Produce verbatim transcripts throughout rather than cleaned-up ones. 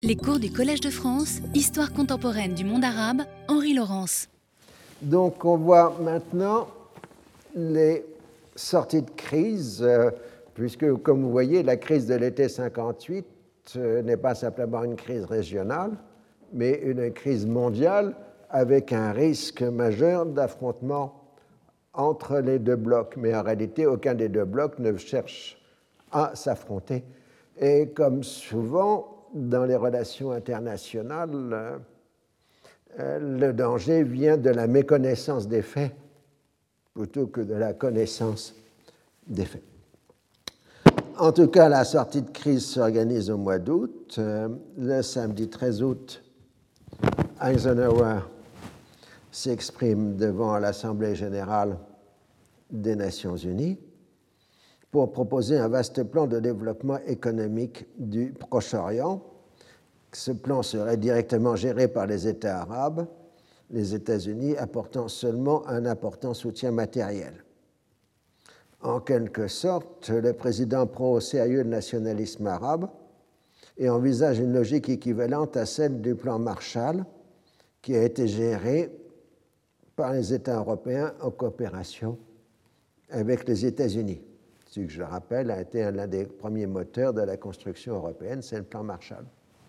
Les cours du Collège de France, Histoire contemporaine du monde arabe, Henri Laurence. Donc on voit maintenant les sorties de crise, euh, puisque comme vous voyez, la crise de l'été cinquante-huit euh, n'est pas simplement une crise régionale, mais une crise mondiale avec un risque majeur d'affrontement entre les deux blocs. Mais en réalité, aucun des deux blocs ne cherche à s'affronter. Et comme souvent dans les relations internationales, euh, le danger vient de la méconnaissance des faits plutôt que de la connaissance des faits. En tout cas, la sortie de crise s'organise au mois d'août. Euh, le samedi treize août, Eisenhower s'exprime devant l'Assemblée générale des Nations unies pour proposer un vaste plan de développement économique du Proche-Orient. Ce plan serait directement géré par les États arabes, les États-Unis apportant seulement un important soutien matériel. En quelque sorte, le président prend au sérieux le nationalisme arabe et envisage une logique équivalente à celle du plan Marshall, qui a été géré par les États européens en coopération avec les États-Unis. Ce que je le rappelle a été l'un des premiers moteurs de la construction européenne, c'est le plan Marshall.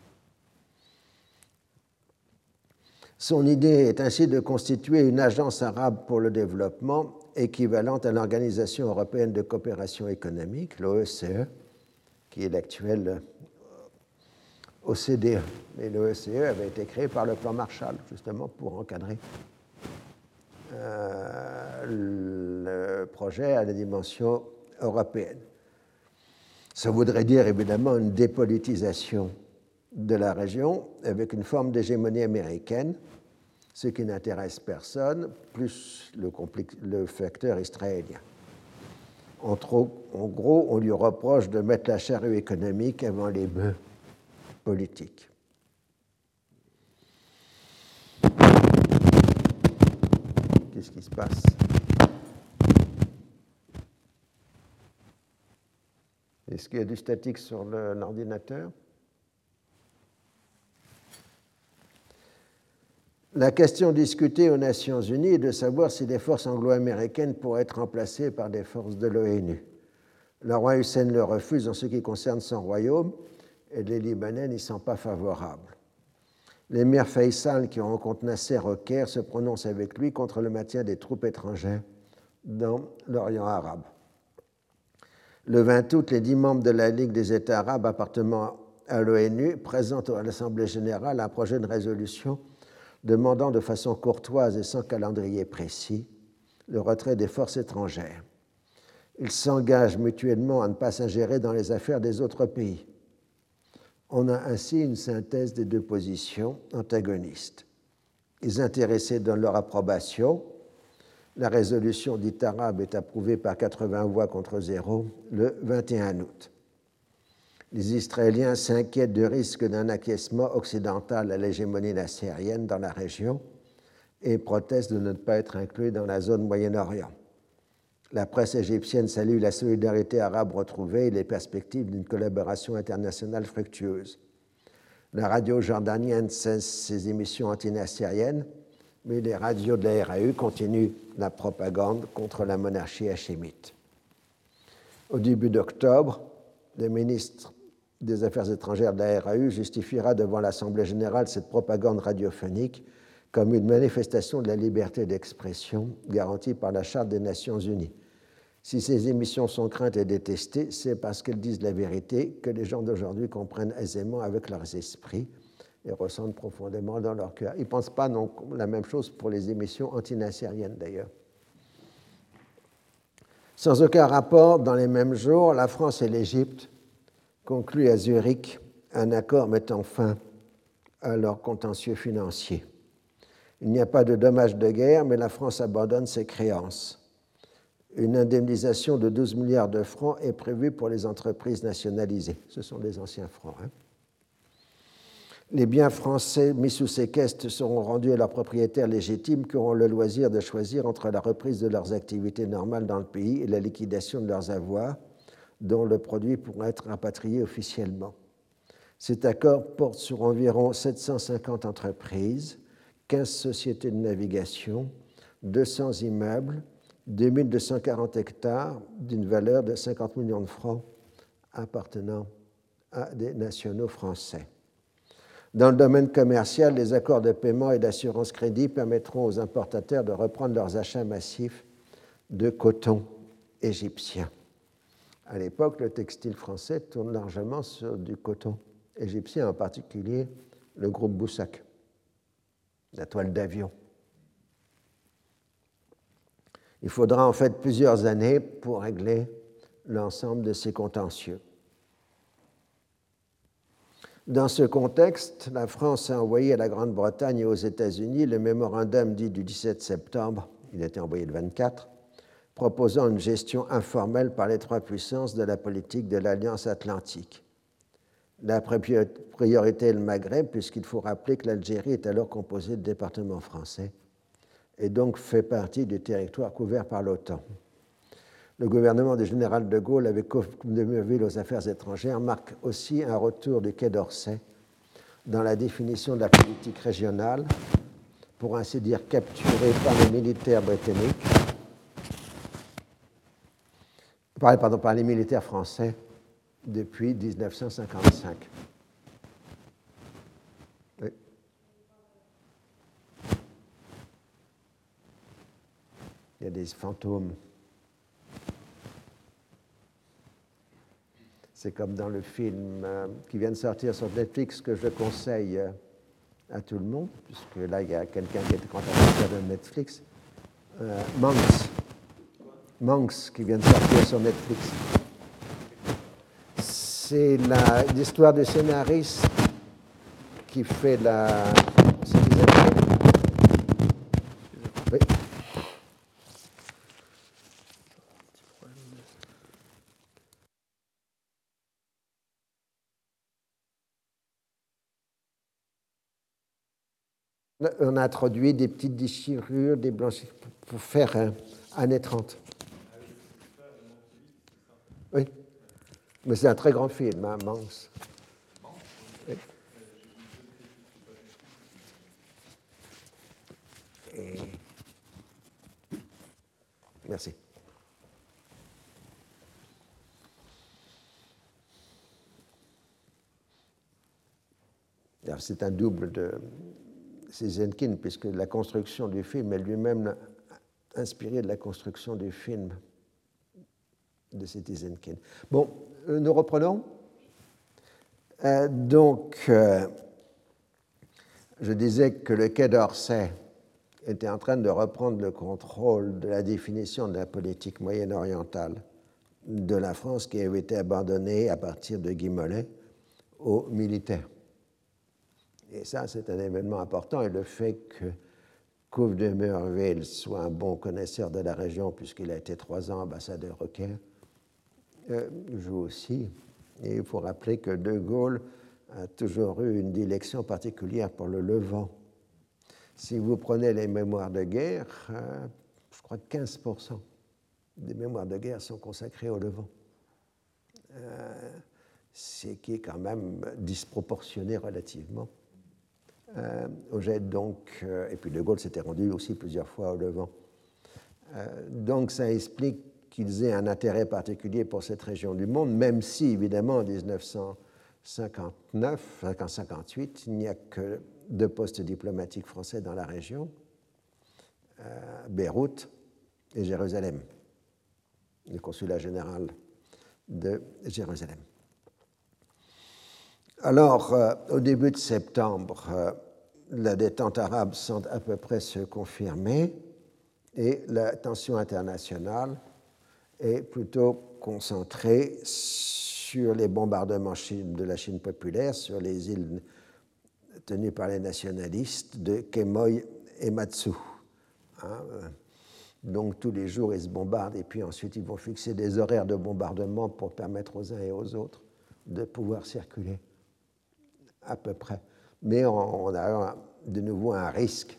Son idée est ainsi de constituer une agence arabe pour le développement équivalente à l'Organisation européenne de coopération économique, l'O E C E, qui est l'actuelle O C D E. Et l'O E C E avait été créé par le plan Marshall, justement pour encadrer euh, le projet à la dimension européenne. Ça voudrait dire évidemment une dépolitisation de la région avec une forme d'hégémonie américaine, ce qui n'intéresse personne, plus le, le facteur israélien. En, trop, en gros, on lui reproche de mettre la charrue économique avant les bœufs politiques. Qu'est-ce qui se passe ? Est-ce qu'il y a du statique sur l'ordinateur ? La question discutée aux Nations unies est de savoir si les forces anglo-américaines pourraient être remplacées par des forces de l'ONU. Le roi Hussein le refuse en ce qui concerne son royaume et les Libanais n'y sont pas favorables. L'émir Faisal, qui rencontre Nasser au Caire, se prononce avec lui contre le maintien des troupes étrangères dans l'Orient arabe. Le vingt août, les dix membres de la Ligue des États arabes appartenant à l'ONU présentent à l'Assemblée générale un projet de résolution demandant de façon courtoise et sans calendrier précis le retrait des forces étrangères. Ils s'engagent mutuellement à ne pas s'ingérer dans les affaires des autres pays. On a ainsi une synthèse des deux positions antagonistes. Les intéressés donnent leur approbation. La résolution dite arabe est approuvée par quatre-vingts voix contre zéro le vingt et un août. Les Israéliens s'inquiètent du risque d'un acquiescement occidental à l'hégémonie nassérienne dans la région et protestent de ne pas être inclus dans la zone Moyen-Orient. La presse égyptienne salue la solidarité arabe retrouvée et les perspectives d'une collaboration internationale fructueuse. La radio jordanienne cesse ses émissions antinassériennes, mais les radios de la R A U continuent la propagande contre la monarchie hachémite. Au début d'octobre, le ministre des Affaires étrangères de la R A U justifiera devant l'Assemblée générale cette propagande radiophonique comme une manifestation de la liberté d'expression garantie par la Charte des Nations unies. Si ces émissions sont craintes et détestées, c'est parce qu'elles disent la vérité que les gens d'aujourd'hui comprennent aisément avec leurs esprits et ressentent profondément dans leur cœur. Ils ne pensent pas non, la même chose pour les émissions antinassériennes d'ailleurs. Sans aucun rapport, dans les mêmes jours, la France et l'Égypte concluent à Zurich un accord mettant fin à leur contentieux financier. Il n'y a pas de dommages de guerre, mais la France abandonne ses créances. Une indemnisation de douze milliards de francs est prévue pour les entreprises nationalisées. Ce sont des anciens francs. Hein. Les biens français mis sous séquestre seront rendus à leurs propriétaires légitimes qui auront le loisir de choisir entre la reprise de leurs activités normales dans le pays et la liquidation de leurs avoirs, dont le produit pourra être rapatrié officiellement. Cet accord porte sur environ sept cent cinquante entreprises, quinze sociétés de navigation, deux cents immeubles, deux mille deux cent quarante hectares d'une valeur de cinquante millions de francs appartenant à des nationaux français. Dans le domaine commercial, les accords de paiement et d'assurance crédit permettront aux importateurs de reprendre leurs achats massifs de coton égyptien. À l'époque, le textile français tourne largement sur du coton égyptien, en particulier le groupe Boussac, la toile d'avion. Il faudra en fait plusieurs années pour régler l'ensemble de ces contentieux. Dans ce contexte, la France a envoyé à la Grande-Bretagne et aux États-Unis le mémorandum dit du dix-sept septembre, il a été envoyé le vingt-quatre, proposant une gestion informelle par les trois puissances de la politique de l'Alliance atlantique. La priorité est le Maghreb, puisqu'il faut rappeler que l'Algérie est alors composée de départements français et donc fait partie du territoire couvert par l'OTAN. Le gouvernement du général de Gaulle, avec Couve-de-Murville aux affaires étrangères, marque aussi un retour du Quai d'Orsay dans la définition de la politique régionale, pour ainsi dire capturée par les militaires britanniques, pardon, par les militaires français depuis dix-neuf cent cinquante-cinq. Oui. Il y a des fantômes. C'est comme dans le film euh, qui vient de sortir sur Netflix que je conseille euh, à tout le monde, puisque là, il y a quelqu'un qui est content de Netflix. Euh, Monks. Monks, qui vient de sortir sur Netflix. C'est l'histoire du scénariste qui fait la... Oui. On a introduit des petites déchirures, des blanchissures pour faire un année trente. Oui, mais c'est un très grand film, hein, Manx. Oui. Et... Merci. C'est un double de Citizenkin, puisque la construction du film est lui-même inspirée de la construction du film de Citizenkin. Bon, nous reprenons. Euh, donc, euh, je disais que le Quai d'Orsay était en train de reprendre le contrôle de la définition de la politique moyen-orientale de la France, qui avait été abandonnée à partir de Guy Mollet aux militaires. Et ça, c'est un événement important, et le fait que Couve-de-Murville soit un bon connaisseur de la région, puisqu'il a été trois ans ambassadeur au Caire, euh, joue aussi. Et il faut rappeler que De Gaulle a toujours eu une dilection particulière pour le Levant. Si vous prenez les mémoires de guerre, euh, je crois que quinze pour cent des mémoires de guerre sont consacrées au Levant. Euh, ce qui est quand même disproportionné relativement. Euh, au jet, donc, euh, et puis De Gaulle s'était rendu aussi plusieurs fois au Levant. Euh, donc ça explique qu'ils aient un intérêt particulier pour cette région du monde, même si, évidemment, en dix-neuf cent cinquante-neuf, en cinquante-huit, il n'y a que deux postes diplomatiques français dans la région, euh, Beyrouth et Jérusalem, le consulat général de Jérusalem. Alors, euh, au début de septembre, euh, la détente arabe semble à peu près se confirmer et la tension internationale est plutôt concentrée sur les bombardements de la Chine populaire, sur les îles tenues par les nationalistes de Quemoy et Matsu. Hein, euh, donc tous les jours, ils se bombardent et puis ensuite, ils vont fixer des horaires de bombardement pour permettre aux uns et aux autres de pouvoir circuler. À peu près. Mais on, on a de nouveau un risque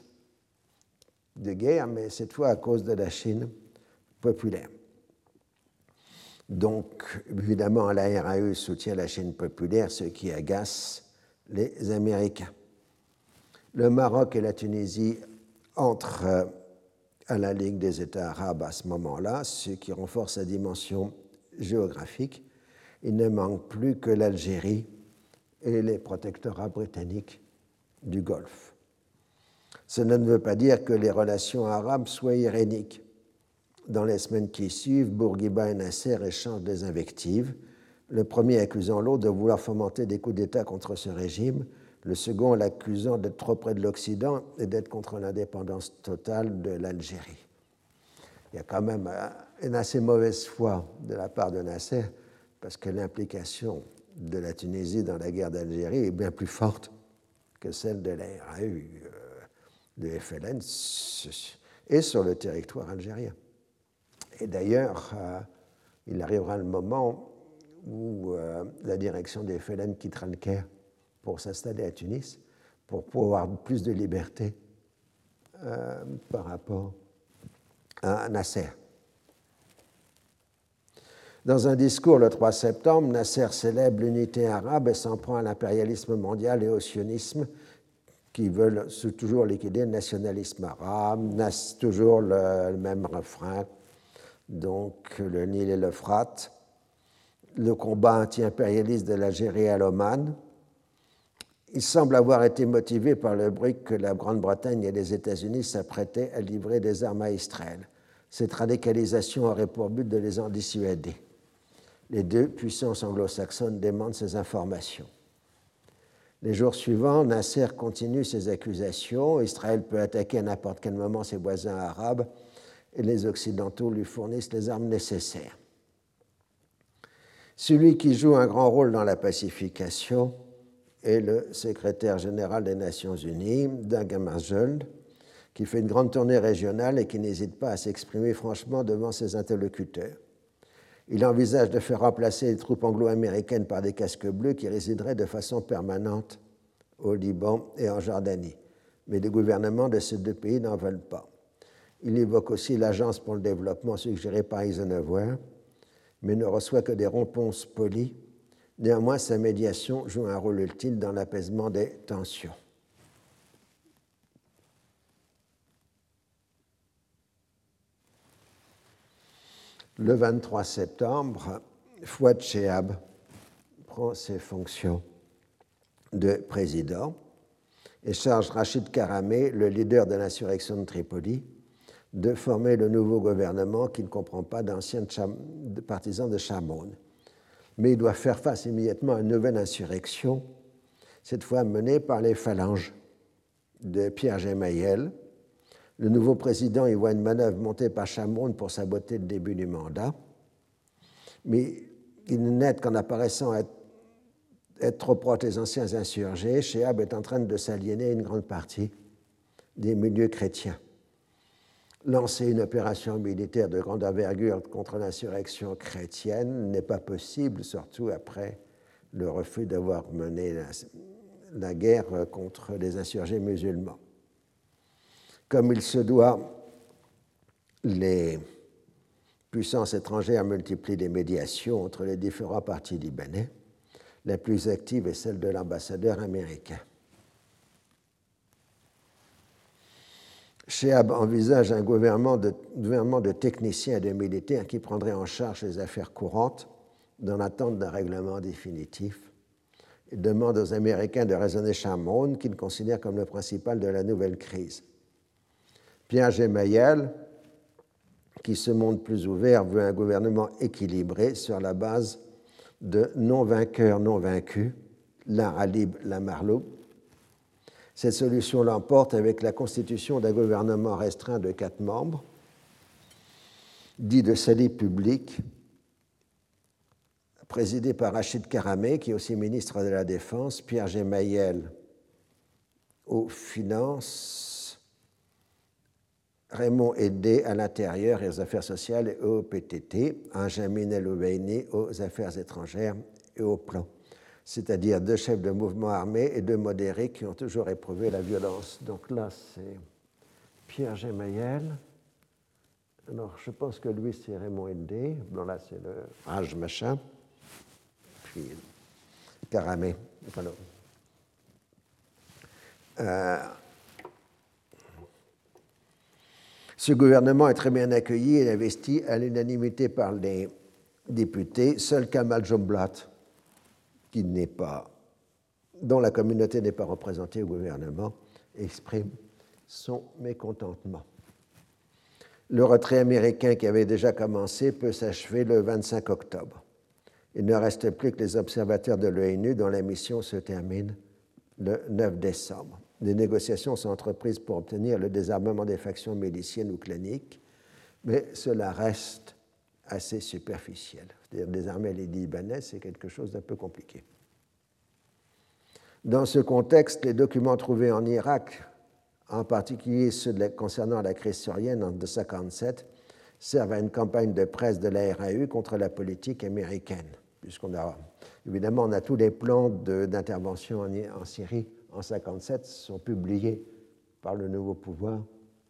de guerre, mais cette fois à cause de la Chine populaire. Donc, évidemment, la R A U soutient la Chine populaire, ce qui agace les Américains. Le Maroc et la Tunisie entrent à la Ligue des États arabes à ce moment-là, ce qui renforce sa dimension géographique. Il ne manque plus que l'Algérie et les protectorats britanniques du Golfe. Cela ne veut pas dire que les relations arabes soient iréniques. Dans les semaines qui suivent, Bourguiba et Nasser échangent des invectives, le premier accusant l'autre de vouloir fomenter des coups d'État contre ce régime, le second l'accusant d'être trop près de l'Occident et d'être contre l'indépendance totale de l'Algérie. Il y a quand même une assez mauvaise foi de la part de Nasser, parce que l'implication de la Tunisie dans la guerre d'Algérie est bien plus forte que celle de la R A U, de F L N, et sur le territoire algérien. Et d'ailleurs, euh, il arrivera le moment où euh, la direction des F L N quittera le Caire pour s'installer à Tunis, pour pouvoir avoir plus de liberté euh, par rapport à Nasser. Dans un discours le trois septembre, Nasser célèbre l'unité arabe et s'en prend à l'impérialisme mondial et au sionisme qui veulent toujours liquider le nationalisme arabe, toujours le, le même refrain, donc le Nil et l'Euphrate, le combat anti-impérialiste de l'Algérie à l'Oman. Il semble avoir été motivé par le bruit que la Grande-Bretagne et les États-Unis s'apprêtaient à livrer des armes à Israël. Cette radicalisation aurait pour but de les en dissuader. Les deux puissances anglo-saxonnes démentent ces informations. Les jours suivants, Nasser continue ses accusations. Israël peut attaquer à n'importe quel moment ses voisins arabes et les Occidentaux lui fournissent les armes nécessaires. Celui qui joue un grand rôle dans la pacification est le secrétaire général des Nations Unies, Dag Hammarskjöld, qui fait une grande tournée régionale et qui n'hésite pas à s'exprimer franchement devant ses interlocuteurs. Il envisage de faire remplacer les troupes anglo-américaines par des casques bleus qui résideraient de façon permanente au Liban et en Jordanie. Mais les gouvernements de ces deux pays n'en veulent pas. Il évoque aussi l'Agence pour le développement suggérée par Eisenhower, mais ne reçoit que des réponses polies. Néanmoins, sa médiation joue un rôle utile dans l'apaisement des tensions. Le vingt-trois septembre, Fouad Chehab prend ses fonctions de président et charge Rachid Karameh, le leader de l'insurrection de Tripoli, de former le nouveau gouvernement qui ne comprend pas d'anciens partisans de Chamoun. Mais il doit faire face immédiatement à une nouvelle insurrection, cette fois menée par les phalanges de Pierre Gemayel. Le nouveau président y voit une manœuvre montée par Chamoun pour saboter le début du mandat, mais il n'est qu'en apparaissant être, être trop proche des anciens insurgés, Chehab est en train de s'aliéner une grande partie des milieux chrétiens. Lancer une opération militaire de grande envergure contre l'insurrection chrétienne n'est pas possible, surtout après le refus d'avoir mené la, la guerre contre les insurgés musulmans. Comme il se doit, les puissances étrangères multiplient les médiations entre les différents partis libanais. La plus active est celle de l'ambassadeur américain. Chehab envisage un gouvernement de, gouvernement de techniciens et de militaires qui prendrait en charge les affaires courantes dans l'attente d'un règlement définitif. Il demande aux Américains de raisonner Chamoun, qu'il considère comme le principal de la nouvelle crise. Pierre Gemayel, qui se montre plus ouvert, veut un gouvernement équilibré sur la base de non-vainqueurs, non-vaincus, l'un Alib, l'un Marloub. Cette solution l'emporte avec la constitution d'un gouvernement restreint de quatre membres, dit de salut public, présidé par Rachid Karameh, qui est aussi ministre de la Défense, Pierre Gemayel aux Finances, Raymond Aidé à l'Intérieur et aux Affaires sociales et au P T T, Benjamin El-Obeini aux Affaires étrangères et au Plan, c'est-à-dire deux chefs de mouvement armés et deux modérés qui ont toujours éprouvé la violence. Donc là, c'est Pierre Gemayel, Alors, je pense que lui, c'est Raymond Hindé. Bon, là, c'est le Raj machin. Puis, Karamé. Enfin, euh, ce gouvernement est très bien accueilli et investi à l'unanimité par les députés. Seul Kamal Jumblat, qui n'est pas, dont la communauté n'est pas représentée au gouvernement, exprime son mécontentement. Le retrait américain qui avait déjà commencé peut s'achever le vingt-cinq octobre. Il ne reste plus que les observateurs de l'ONU dont la mission se termine le neuf décembre. Des négociations sont entreprises pour obtenir le désarmement des factions miliciennes ou claniques, mais cela reste assez superficiel. C'est-à-dire désarmer les Libanais, c'est quelque chose d'un peu compliqué. Dans ce contexte, les documents trouvés en Irak, en particulier ceux de la, concernant la crise syrienne en mille neuf cent cinquante-sept, servent à une campagne de presse de la R A U contre la politique américaine, puisqu'on a, évidemment, on a tous les plans de, d'intervention en, en Syrie en mille neuf cent cinquante-sept sont publiés par le nouveau pouvoir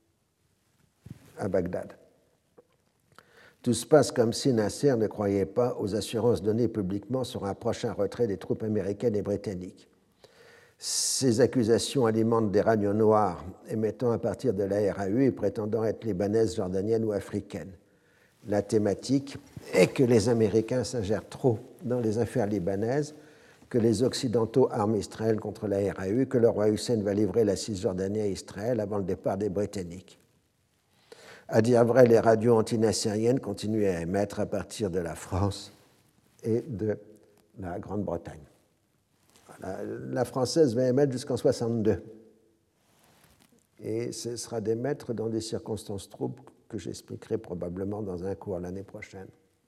à Bagdad. Tout se passe comme si Nasser ne croyait pas aux assurances données publiquement sur un prochain retrait des troupes américaines et britanniques. Ces accusations alimentent des radios noires émettant à partir de la R A U et prétendant être libanaises, jordaniennes ou africaines. La thématique est que les Américains s'ingèrent trop dans les affaires libanaises, que les Occidentaux arment Israël contre la R A U, que le roi Hussein va livrer la Cisjordanie à Israël avant le départ des Britanniques. À dire vrai, les radios antinassériennes continuent à émettre à partir de la France et de la Grande-Bretagne. La, la française va émettre jusqu'en soixante-deux. Et ce sera d'émettre dans des circonstances troubles que j'expliquerai probablement dans un cours l'année prochaine.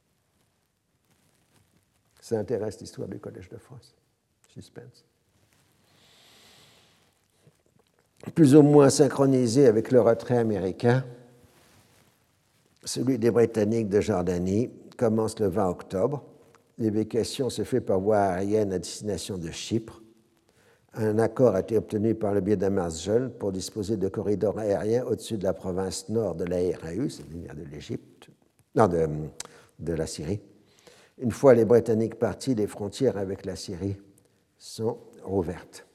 Ça intéresse l'histoire du Collège de France. Suspense. Plus ou moins synchronisé avec le retrait américain, celui des Britanniques de Jordanie commence le vingt octobre. L'évacuation se fait par voie aérienne à destination de Chypre. Un accord a été obtenu par le biais d'Amasjol pour disposer de corridors aériens au-dessus de la province nord de la R A U, c'est-à-dire de l'Égypte, non, de, de la Syrie. Une fois les Britanniques partis, les frontières avec la Syrie sont rouvertes.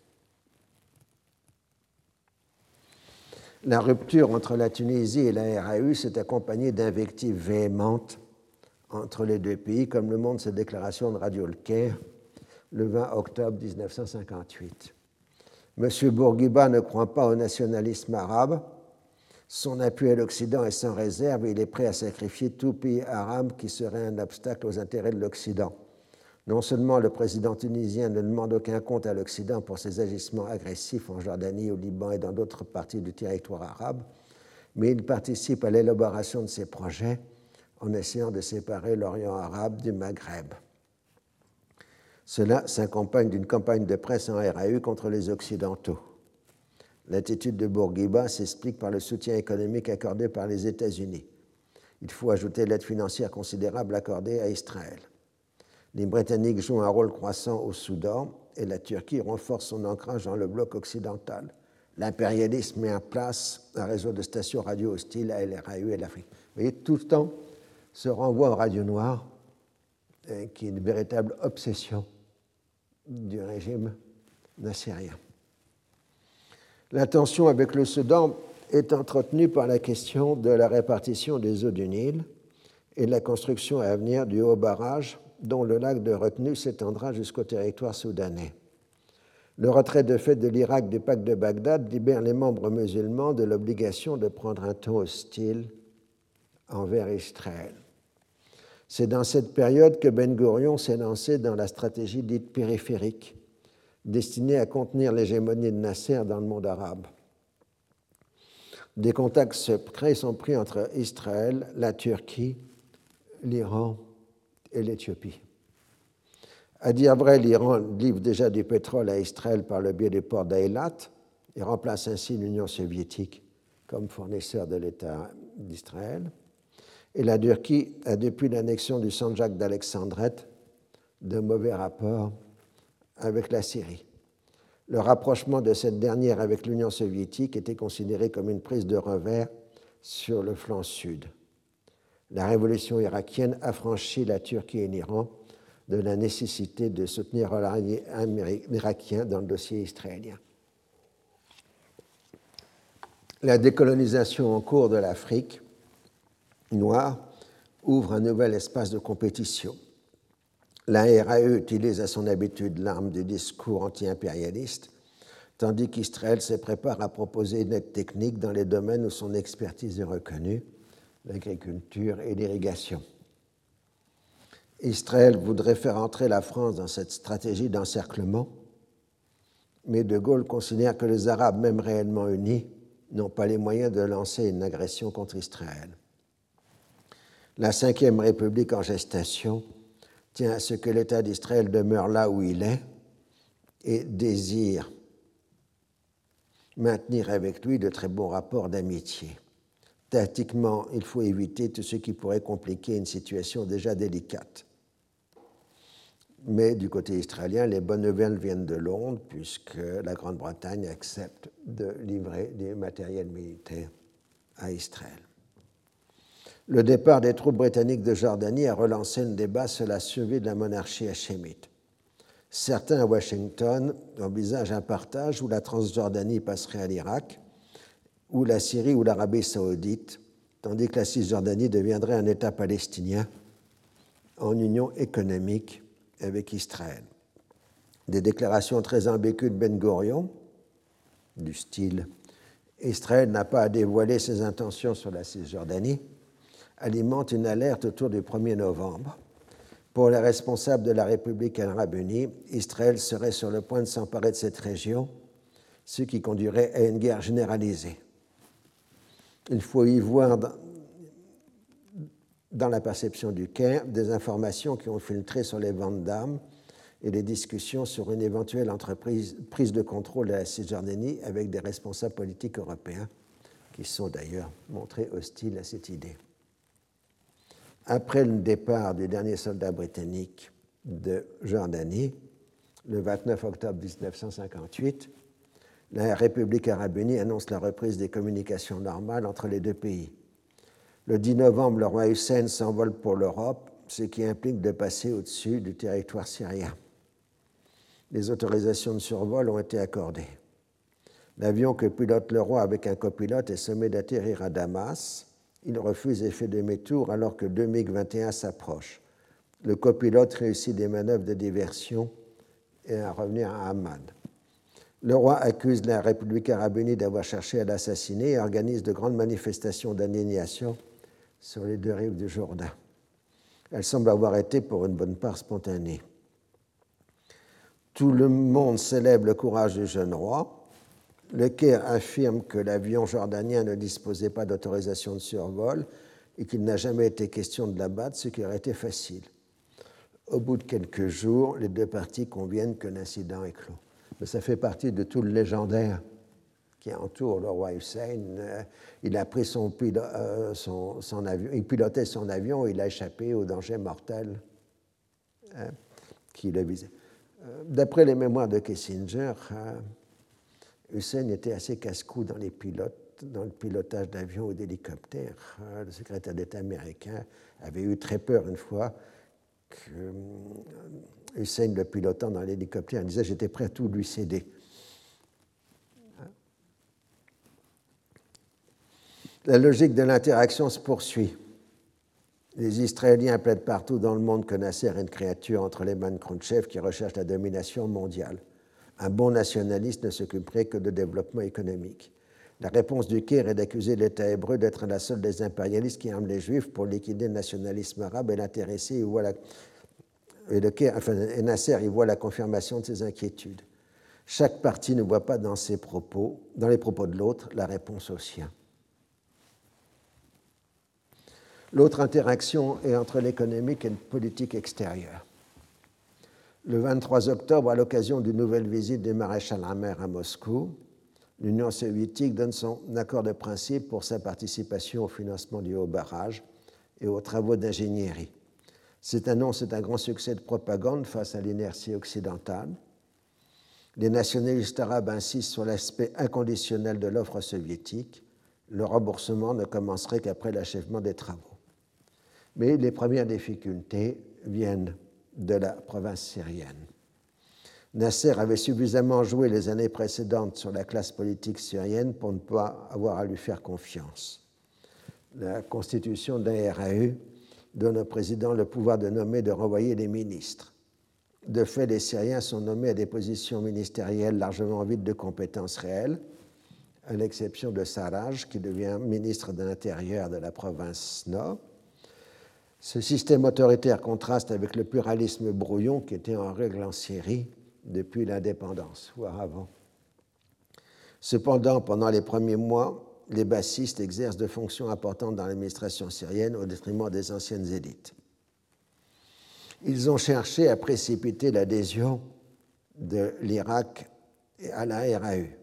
La rupture entre la Tunisie et la R A U s'est accompagnée d'invectives véhémentes entre les deux pays, comme le montre cette déclaration de Radio Le Caire le vingt octobre mille neuf cent cinquante-huit. M. Bourguiba ne croit pas au nationalisme arabe. Son appui à l'Occident est sans réserve et il est prêt à sacrifier tout pays arabe qui serait un obstacle aux intérêts de l'Occident. Non seulement le président tunisien ne demande aucun compte à l'Occident pour ses agissements agressifs en Jordanie, au Liban et dans d'autres parties du territoire arabe, mais il participe à l'élaboration de ses projets en essayant de séparer l'Orient arabe du Maghreb. Cela s'accompagne d'une campagne de presse en R A U contre les Occidentaux. L'attitude de Bourguiba s'explique par le soutien économique accordé par les États-Unis. Il faut ajouter l'aide financière considérable accordée à Israël. Les Britanniques jouent un rôle croissant au Soudan et la Turquie renforce son ancrage dans le bloc occidental. L'impérialisme met en place un réseau de stations radio hostiles à la R A U et l'Afrique. Vous voyez, tout le temps se renvoie aux radios noires, euh, qui est une véritable obsession du régime nassérien. La tension avec le Soudan est entretenue par la question de la répartition des eaux du Nil et de la construction à venir du haut barrage dont le lac de retenue s'étendra jusqu'au territoire soudanais. Le retrait de fait de l'Irak du pacte de Bagdad libère les membres musulmans de l'obligation de prendre un ton hostile envers Israël. C'est dans cette période que Ben Gourion s'est lancé dans la stratégie dite périphérique, destinée à contenir l'hégémonie de Nasser dans le monde arabe. Des contacts secrets sont pris entre Israël, la Turquie, l'Iran et l'Éthiopie. À dire vrai, l'Iran livre déjà du pétrole à Israël par le biais du port d'Eilat et remplace ainsi l'Union soviétique comme fournisseur de l'État d'Israël. Et la Turquie a, depuis l'annexion du Sanjak d'Alexandrette, de mauvais rapports avec la Syrie. Le rapprochement de cette dernière avec l'Union soviétique était considéré comme une prise de revers sur le flanc sud. La révolution irakienne affranchit la Turquie et l'Iran de la nécessité de soutenir l'allié irakien dans le dossier israélien. La décolonisation en cours de l'Afrique noire ouvre un nouvel espace de compétition. La R A E utilise à son habitude l'arme du discours anti-impérialiste, tandis qu'Israël se prépare à proposer une aide technique dans les domaines où son expertise est reconnue, l'agriculture et l'irrigation. Israël voudrait faire entrer la France dans cette stratégie d'encerclement, mais De Gaulle considère que les Arabes, même réellement unis, n'ont pas les moyens de lancer une agression contre Israël. La Cinquième République en gestation tient à ce que l'État d'Israël demeure là où il est et désire maintenir avec lui de très bons rapports d'amitié. Tactiquement, il faut éviter tout ce qui pourrait compliquer une situation déjà délicate. Mais du côté israélien, les bonnes nouvelles viennent de Londres, puisque la Grande-Bretagne accepte de livrer du matériel militaire à Israël. Le départ des troupes britanniques de Jordanie a relancé le débat sur la survie de la monarchie hachémite. Certains à Washington envisagent un partage où la Transjordanie passerait à l'Irak, ou la Syrie ou l'Arabie saoudite, tandis que la Cisjordanie deviendrait un État palestinien en union économique avec Israël. Des déclarations très ambiguës de Ben Gurion, du style « Israël n'a pas à dévoiler ses intentions sur la Cisjordanie », alimentent une alerte autour du premier novembre. Pour les responsables de la République arabe unie, Israël serait sur le point de s'emparer de cette région, ce qui conduirait à une guerre généralisée. Il faut y voir dans, dans la perception du Caire des informations qui ont filtré sur les ventes d'armes et les discussions sur une éventuelle entreprise, prise de contrôle de la Cisjordanie avec des responsables politiques européens qui sont d'ailleurs montrés hostiles à cette idée. Après le départ du dernier soldat britannique de Jordanie, le vingt-neuf octobre mille neuf cent cinquante-huit, la République arabe unie annonce la reprise des communications normales entre les deux pays. Le dix novembre, le roi Hussein s'envole pour l'Europe, ce qui implique de passer au-dessus du territoire syrien. Les autorisations de survol ont été accordées. L'avion que pilote le roi avec un copilote est sommé d'atterrir à Damas. Il refuse et fait demi-tour alors que deux MiG vingt et un s'approchent. Le copilote réussit des manœuvres de diversion et à revenir à Hamad. Le roi accuse la République arabe unie d'avoir cherché à l'assassiner et organise de grandes manifestations d'indignation sur les deux rives du Jourdain. Elles semblent avoir été pour une bonne part spontanées. Tout le monde célèbre le courage du jeune roi. Le Caire affirme que l'avion jordanien ne disposait pas d'autorisation de survol et qu'il n'a jamais été question de l'abattre, ce qui aurait été facile. Au bout de quelques jours, les deux parties conviennent que l'incident est clos. Mais ça fait partie de tout le légendaire qui entoure le roi Hussein. Il a pris son, pilo- euh, son, son avion, il pilotait son avion, il a échappé au danger mortel hein, qui le visait. D'après les mémoires de Kissinger, euh, Hussein était assez casse-cou dans les pilotes, dans le pilotage d'avions ou d'hélicoptères. Le secrétaire d'État américain avait eu très peur une fois que Hussein, le pilotant dans l'hélicoptère, disait « j'étais prêt à tout lui céder ». La logique de l'interaction se poursuit. Les Israéliens plaident partout dans le monde que Nasser est une créature entre les mains de Khrouchtchev qui recherche la domination mondiale. Un bon nationaliste ne s'occuperait que de développement économique. La réponse du Caire est d'accuser l'État hébreu d'être la seule des impérialistes qui arment les Juifs pour liquider le nationalisme arabe et l'intéressé y voit la... et, le Caire, enfin, et Nasser y voit la confirmation de ses inquiétudes. Chaque parti ne voit pas dans ses propos, dans les propos de l'autre, la réponse au sien. L'autre interaction est entre l'économique et la politique extérieure. Le vingt-trois octobre, à l'occasion d'une nouvelle visite du maréchal Hammer à Moscou, l'Union soviétique donne son accord de principe pour sa participation au financement du haut barrage et aux travaux d'ingénierie. Cette annonce est un grand succès de propagande face à l'inertie occidentale. Les nationalistes arabes insistent sur l'aspect inconditionnel de l'offre soviétique. Le remboursement ne commencerait qu'après l'achèvement des travaux. Mais les premières difficultés viennent de la province syrienne. Nasser avait suffisamment joué les années précédentes sur la classe politique syrienne pour ne pas avoir à lui faire confiance. La constitution d'un R A U donne au président le pouvoir de nommer et de renvoyer les ministres. De fait, les Syriens sont nommés à des positions ministérielles largement vides de compétences réelles, à l'exception de Sarraj, qui devient ministre de l'Intérieur de la province Nord. Ce système autoritaire contraste avec le pluralisme brouillon qui était en règle en Syrie depuis l'indépendance, voire avant. Cependant, pendant les premiers mois, les bassistes exercent de fonctions importantes dans l'administration syrienne au détriment des anciennes élites. Ils ont cherché à précipiter l'adhésion de l'Irak à la R A U.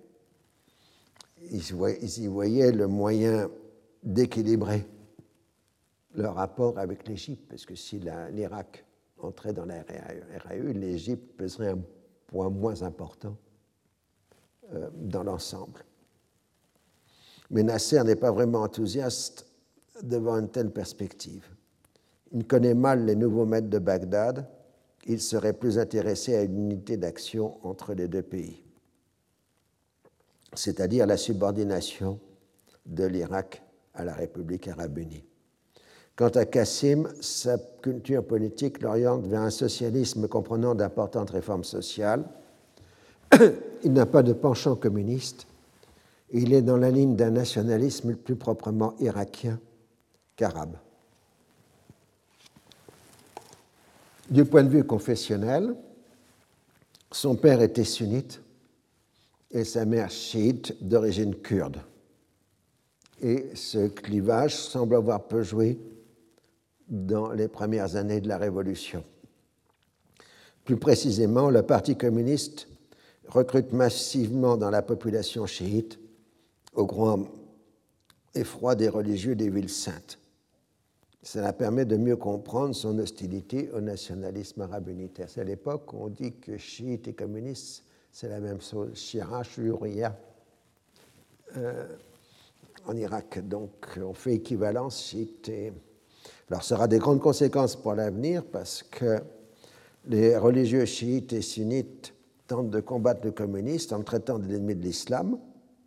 Ils y voyaient le moyen d'équilibrer leur rapport avec l'Égypte, parce que si l'Irak entrait dans la R A U, l'Égypte pèserait un poids moins important euh, dans l'ensemble. Mais Nasser n'est pas vraiment enthousiaste devant une telle perspective. Il connaît mal les nouveaux maîtres de Bagdad. Il serait plus intéressé à une unité d'action entre les deux pays, c'est-à-dire la subordination de l'Irak à la République arabe unie. Quant à Qassim, sa culture politique l'oriente vers un socialisme comprenant d'importantes réformes sociales. Il n'a pas de penchant communiste. Il est dans la ligne d'un nationalisme plus proprement irakien qu'arabe. Du point de vue confessionnel, son père était sunnite et sa mère chiite d'origine kurde. Et ce clivage semble avoir peu joué dans les premières années de la Révolution. Plus précisément, le Parti communiste recrute massivement dans la population chiite au grand effroi des religieux des villes saintes. Cela permet de mieux comprendre son hostilité au nationalisme arabe unitaire. C'est à l'époque où on dit que chiites et communistes, c'est la même chose, Shia, Shuriya, euh, en Irak. Donc, on fait équivalence chiite et... Alors, ça aura des grandes conséquences pour l'avenir parce que les religieux chiites et sunnites tentent de combattre le communiste en le traitant de l'ennemi de l'islam.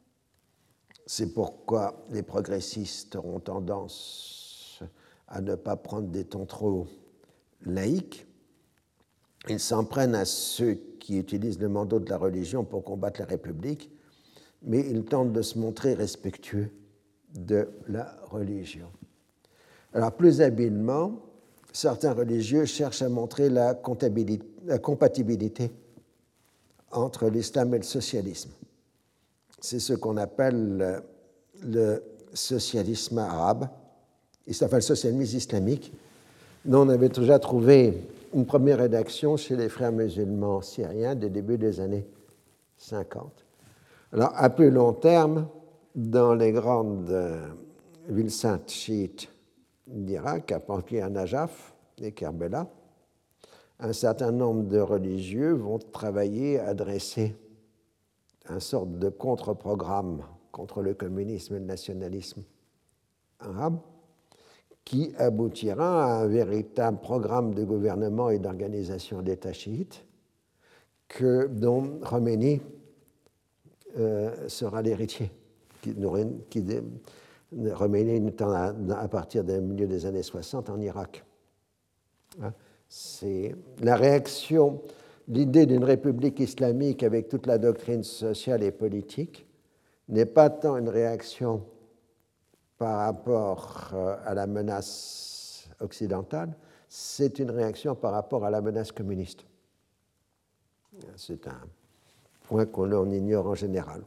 C'est pourquoi les progressistes auront tendance à ne pas prendre des tons trop laïques. Ils s'en prennent à ceux qui utilisent le manteau de la religion pour combattre la République, mais ils tentent de se montrer respectueux de la religion. Alors, plus habilement, certains religieux cherchent à montrer la, la compatibilité entre l'islam et le socialisme. C'est ce qu'on appelle le socialisme arabe, enfin le socialisme islamique, dont on avait déjà trouvé une première rédaction chez les frères musulmans syriens des débuts des années cinquante. Alors, à plus long terme, dans les grandes villes saintes chiites d'Irak, à Panki, Najaf et Kerbela, un certain nombre de religieux vont travailler à dresser une sorte de contre-programme contre le communisme et le nationalisme arabe qui aboutira à un véritable programme de gouvernement et d'organisation d'État chiite que, dont Khomeini euh, sera l'héritier, qui, qui Khomeini étant à, à partir du milieu des années soixante en Irak. Hein, c'est la réaction, l'idée d'une république islamique avec toute la doctrine sociale et politique n'est pas tant une réaction par rapport à la menace occidentale, c'est une réaction par rapport à la menace communiste. C'est un point qu'on ignore en général.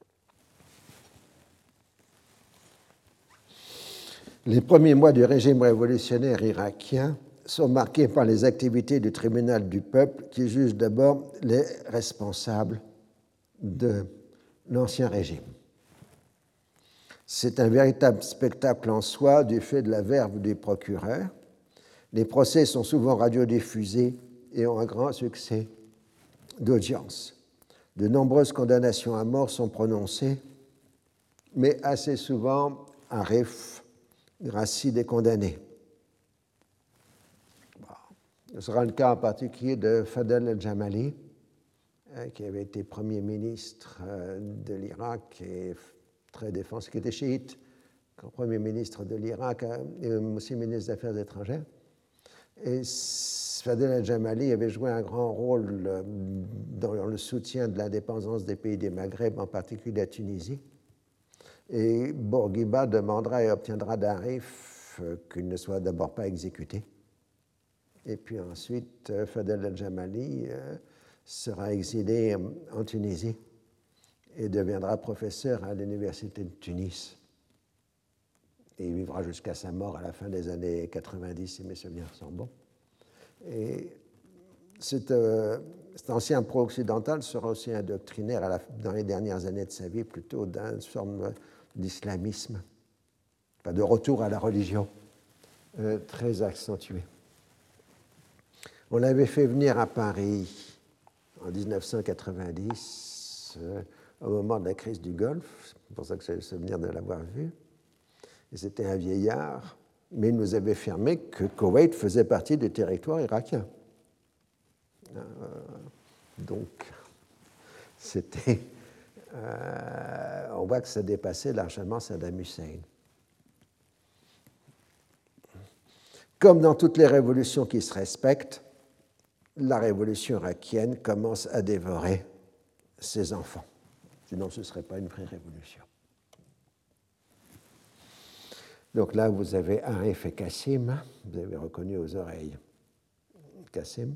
Les premiers mois du régime révolutionnaire irakien sont marqués par les activités du tribunal du peuple qui juge d'abord les responsables de l'ancien régime. C'est un véritable spectacle en soi du fait de la verve du procureur. Les procès sont souvent radiodiffusés et ont un grand succès d'audience. De nombreuses condamnations à mort sont prononcées, mais assez souvent Arif gracie des condamnés. Ce sera le cas en particulier de Fadel el-Jamali, qui avait été Premier ministre de l'Irak et très défenseur, qui était chiite, comme Premier ministre de l'Irak et aussi ministre des Affaires étrangères. Et Fadel el-Jamali avait joué un grand rôle dans le soutien de l'indépendance des pays des Maghreb, en particulier la Tunisie. Et Bourguiba demandera et obtiendra d'Arif qu'il ne soit d'abord pas exécuté. Et puis ensuite, Fadel el-Jamali sera exilé en Tunisie et deviendra professeur à l'université de Tunis. Et il vivra jusqu'à sa mort à la fin des années quatre-vingt-dix, si mes souvenirs sont bons. Et cet, euh, cet ancien pro-occidental sera aussi un doctrinaire à la, dans les dernières années de sa vie, plutôt d'une forme d'islamisme, enfin de retour à la religion, euh, très accentué. On l'avait fait venir à Paris en dix-neuf cent quatre-vingt-dix, euh, au moment de la crise du Golfe. C'est pour ça que j'ai le souvenir de l'avoir vu. Et c'était un vieillard, mais il nous avait affirmé que Koweït faisait partie du territoire irakien. Euh, donc, c'était... Euh, on voit que ça dépassait largement Saddam Hussein. Comme dans toutes les révolutions qui se respectent, la révolution irakienne commence à dévorer ses enfants. Sinon, ce ne serait pas une vraie révolution. Donc là, vous avez Arif et Kassim, vous avez reconnu aux oreilles Kassim.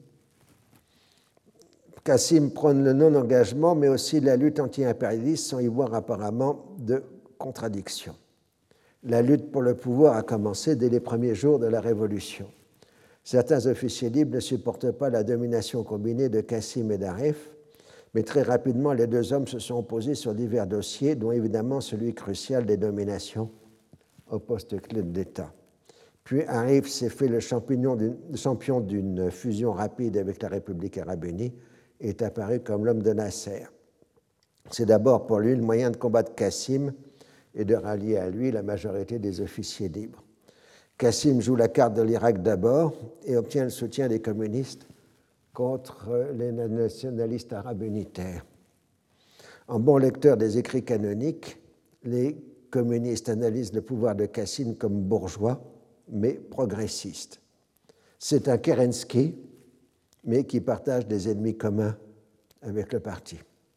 Kassim prône le non-engagement, mais aussi la lutte anti-impérialiste, sans y voir apparemment de contradiction. La lutte pour le pouvoir a commencé dès les premiers jours de la Révolution. Certains officiers libres ne supportent pas la domination combinée de Kassim et d'Arif, mais très rapidement, les deux hommes se sont opposés sur divers dossiers, dont évidemment celui crucial des nominations au poste clé de l'État. Puis Arif s'est fait le champion d'une fusion rapide avec la République arabe unie et est apparu comme l'homme de Nasser. C'est d'abord pour lui le moyen de combattre Kassim et de rallier à lui la majorité des officiers libres. Kassim joue la carte de l'Irak d'abord et obtient le soutien des communistes contre les nationalistes arabes unitaires. En bon lecteur des écrits canoniques, les communistes analysent le pouvoir de Kassim comme bourgeois, mais progressiste. C'est un Kerensky, mais qui partage des ennemis communs avec le parti.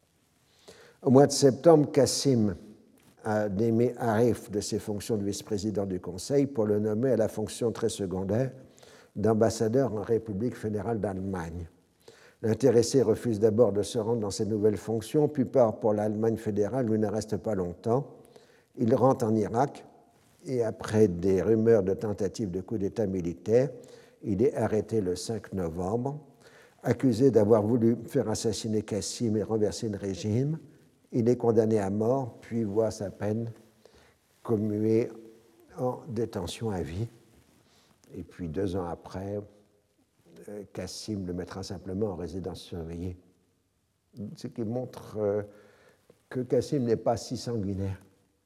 Au mois de septembre, Kassim a démis Arif de ses fonctions de vice-président du Conseil pour le nommer à la fonction très secondaire d'ambassadeur en République fédérale d'Allemagne. L'intéressé refuse d'abord de se rendre dans ses nouvelles fonctions, puis part pour l'Allemagne fédérale où il ne reste pas longtemps. Il rentre en Irak et après des rumeurs de tentatives de coup d'État militaire, il est arrêté le cinq novembre. Accusé d'avoir voulu faire assassiner Kassim et renverser le régime, il est condamné à mort, puis voit sa peine commuée en détention à vie. Et puis deux ans après, Kassim le mettra simplement en résidence surveillée. Ce qui montre que Kassim n'est pas si sanguinaire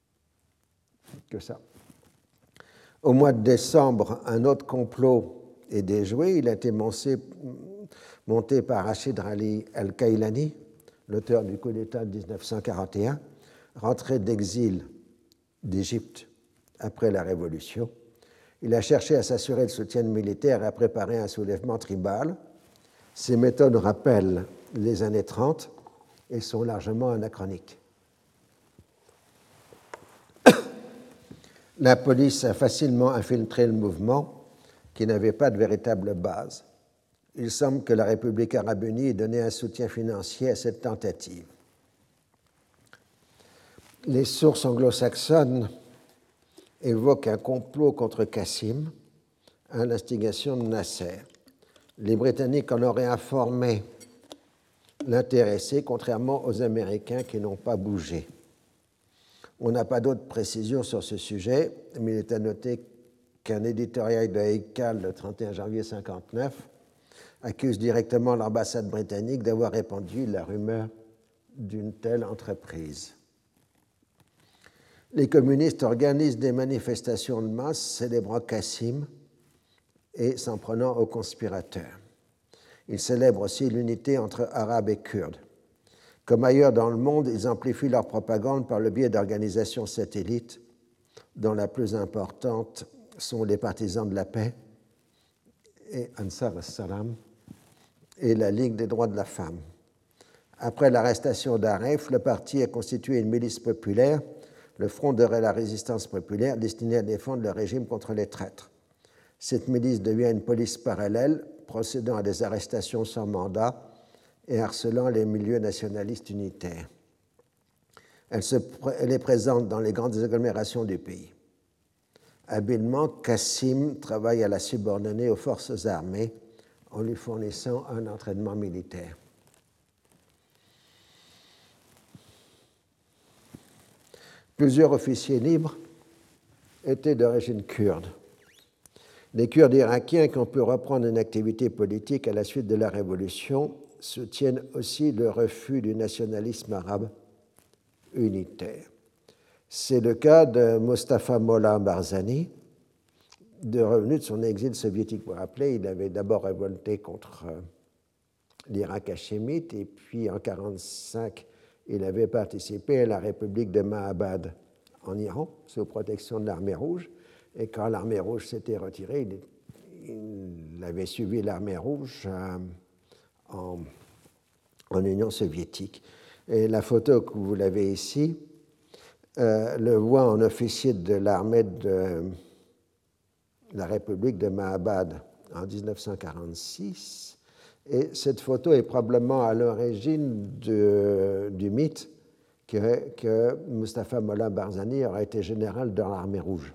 que ça. Au mois de décembre, un autre complot est déjoué. Il a été monté, monté par Rachid Ali al-Kailani, l'auteur du coup d'État de dix-neuf cent quarante et un, rentré d'exil d'Égypte après la Révolution. Il a cherché à s'assurer le soutien militaire et à préparer un soulèvement tribal. Ces méthodes rappellent les années trente et sont largement anachroniques. La police a facilement infiltré le mouvement qui n'avait pas de véritable base. Il semble que la République arabe unie ait donné un soutien financier à cette tentative. Les sources anglo-saxonnes évoquent un complot contre Kassim à l'instigation de Nasser. Les Britanniques en auraient informé l'intéressé, contrairement aux Américains qui n'ont pas bougé. On n'a pas d'autres précisions sur ce sujet, mais il est à noter qu'un éditorial de Heikal le trente et un janvier mille neuf cent cinquante-neuf accuse directement l'ambassade britannique d'avoir répandu la rumeur d'une telle entreprise. Les communistes organisent des manifestations de masse célébrant Kassim et s'en prenant aux conspirateurs. Ils célèbrent aussi l'unité entre Arabes et Kurdes. Comme ailleurs dans le monde, ils amplifient leur propagande par le biais d'organisations satellites, dont la plus importante sont les Partisans de la paix et Ansar al-Salam et la Ligue des droits de la femme. Après l'arrestation d'Aref, le parti a constitué une milice populaire, le Front de la résistance populaire, destiné à défendre le régime contre les traîtres. Cette milice devient une police parallèle, procédant à des arrestations sans mandat et harcelant les milieux nationalistes unitaires. Elle, se, elle est présente dans les grandes agglomérations du pays. Habilement, Kassim travaille à la subordonner aux forces armées en lui fournissant un entraînement militaire. Plusieurs officiers libres étaient d'origine kurde. Les Kurdes irakiens qui ont pu reprendre une activité politique à la suite de la Révolution soutiennent aussi le refus du nationalisme arabe unitaire. C'est le cas de Mustafa Mollah Barzani, de revenu de son exil soviétique. Vous vous rappelez, il avait d'abord révolté contre l'Irak hachémite et puis en mille neuf cent quarante-cinq, il avait participé à la République de Mahabad en Iran, sous protection de l'Armée rouge. Et quand l'Armée rouge s'était retirée, il, il avait suivi l'Armée rouge euh, en, en Union soviétique. Et la photo que vous l'avez ici euh, le voit en officier de l'armée de la République de Mahabad en mille neuf cent quarante-six. Et cette photo est probablement à l'origine du mythe que, que Mustafa Mollah Barzani aurait été général dans l'Armée rouge.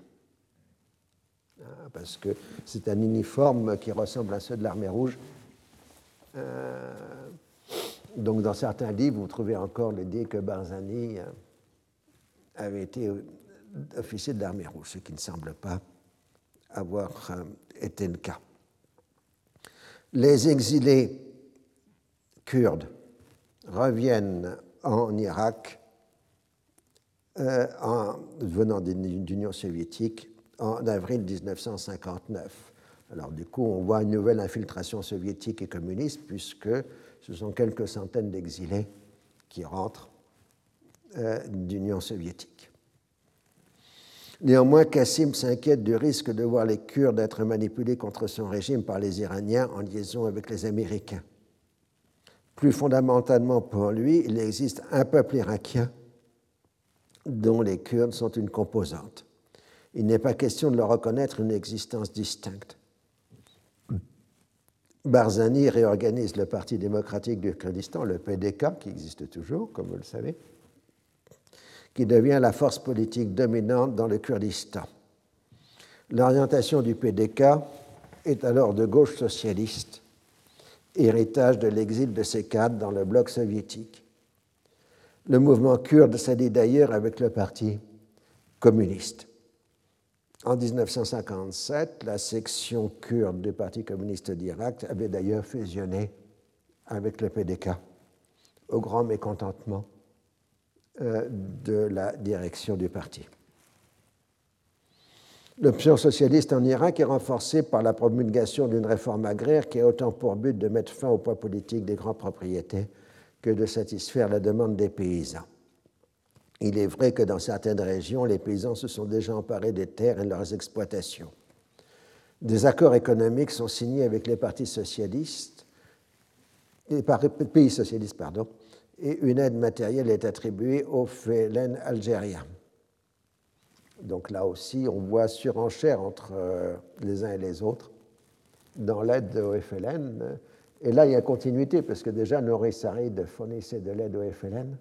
Parce que c'est un uniforme qui ressemble à ceux de l'Armée rouge. Euh, donc dans certains livres, vous trouvez encore l'idée que Barzani avait été officier de l'Armée rouge, ce qui ne semble pas avoir été le cas. Les exilés kurdes reviennent en Irak euh, en venant de l'Union soviétique en avril mille neuf cent cinquante-neuf. Alors du coup, on voit une nouvelle infiltration soviétique et communiste puisque ce sont quelques centaines d'exilés qui rentrent euh, d'Union soviétique. Néanmoins, Kassim s'inquiète du risque de voir les Kurdes être manipulés contre son régime par les Iraniens en liaison avec les Américains. Plus fondamentalement pour lui, il existe un peuple irakien dont les Kurdes sont une composante. Il n'est pas question de leur reconnaître une existence distincte. Barzani réorganise le Parti démocratique du Kurdistan, le P D K, qui existe toujours, comme vous le savez, qui devient la force politique dominante dans le Kurdistan. L'orientation du P D K est alors de gauche socialiste, héritage de l'exil de ses cadres dans le bloc soviétique. Le mouvement kurde s'allie d'ailleurs avec le Parti communiste. En mille neuf cent cinquante-sept, la section kurde du Parti communiste d'Irak avait d'ailleurs fusionné avec le P D K, au grand mécontentement euh, de la direction du parti. L'option socialiste en Irak est renforcée par la promulgation d'une réforme agraire qui a autant pour but de mettre fin au poids politique des grandes propriétés que de satisfaire la demande des paysans. Il est vrai que dans certaines régions, les paysans se sont déjà emparés des terres et de leurs exploitations. Des accords économiques sont signés avec les partis socialistes, les pays socialistes, pardon, et une aide matérielle est attribuée au F L N algérien. Donc là aussi, on voit surenchère entre les uns et les autres dans l'aide au F L N. Et là, il y a continuité, parce que déjà, Nouri Sarid fournissait de l'aide au F L N.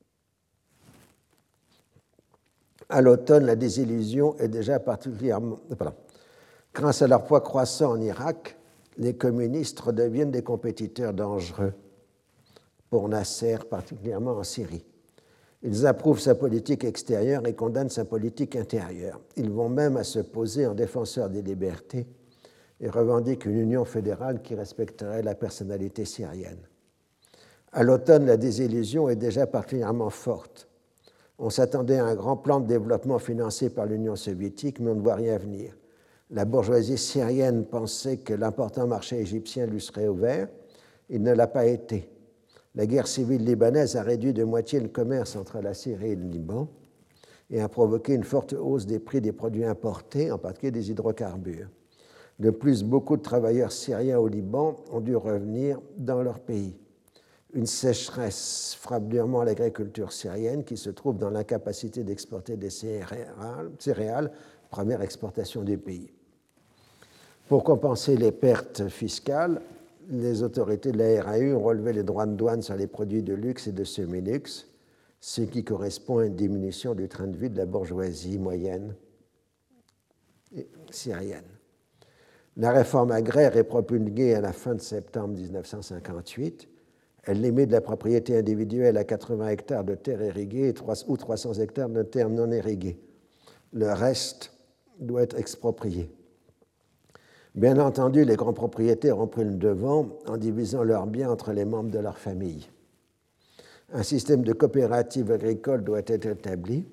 À l'automne, la désillusion est déjà particulièrement... Pardon. Grâce à leur poids croissant en Irak, les communistes redeviennent des compétiteurs dangereux pour Nasser, particulièrement en Syrie. Ils approuvent sa politique extérieure et condamnent sa politique intérieure. Ils vont même à se poser en défenseurs des libertés et revendiquent une union fédérale qui respecterait la personnalité syrienne. À l'automne, la désillusion est déjà particulièrement forte. On s'attendait à un grand plan de développement financé par l'Union soviétique, mais on ne voit rien venir. La bourgeoisie syrienne pensait que l'important marché égyptien lui serait ouvert. Il ne l'a pas été. La guerre civile libanaise a réduit de moitié le commerce entre la Syrie et le Liban et a provoqué une forte hausse des prix des produits importés, en particulier des hydrocarbures. De plus, beaucoup de travailleurs syriens au Liban ont dû revenir dans leur pays. Une sécheresse frappe durement l'agriculture syrienne qui se trouve dans l'incapacité d'exporter des céréales, céréales, première exportation du pays. Pour compenser les pertes fiscales, les autorités de la R A U ont relevé les droits de douane sur les produits de luxe et de semi-luxe, ce qui correspond à une diminution du train de vie de la bourgeoisie moyenne syrienne. La réforme agraire est promulguée à la fin de septembre mille neuf cent cinquante-huit. Elle limite la propriété individuelle à quatre-vingts hectares de terres irriguées ou trois cents hectares de terres non irriguées. Le reste doit être exproprié. Bien entendu, les grands propriétaires ont pris le devant en divisant leurs biens entre les membres de leur famille. Un système de coopérative agricole doit être établi.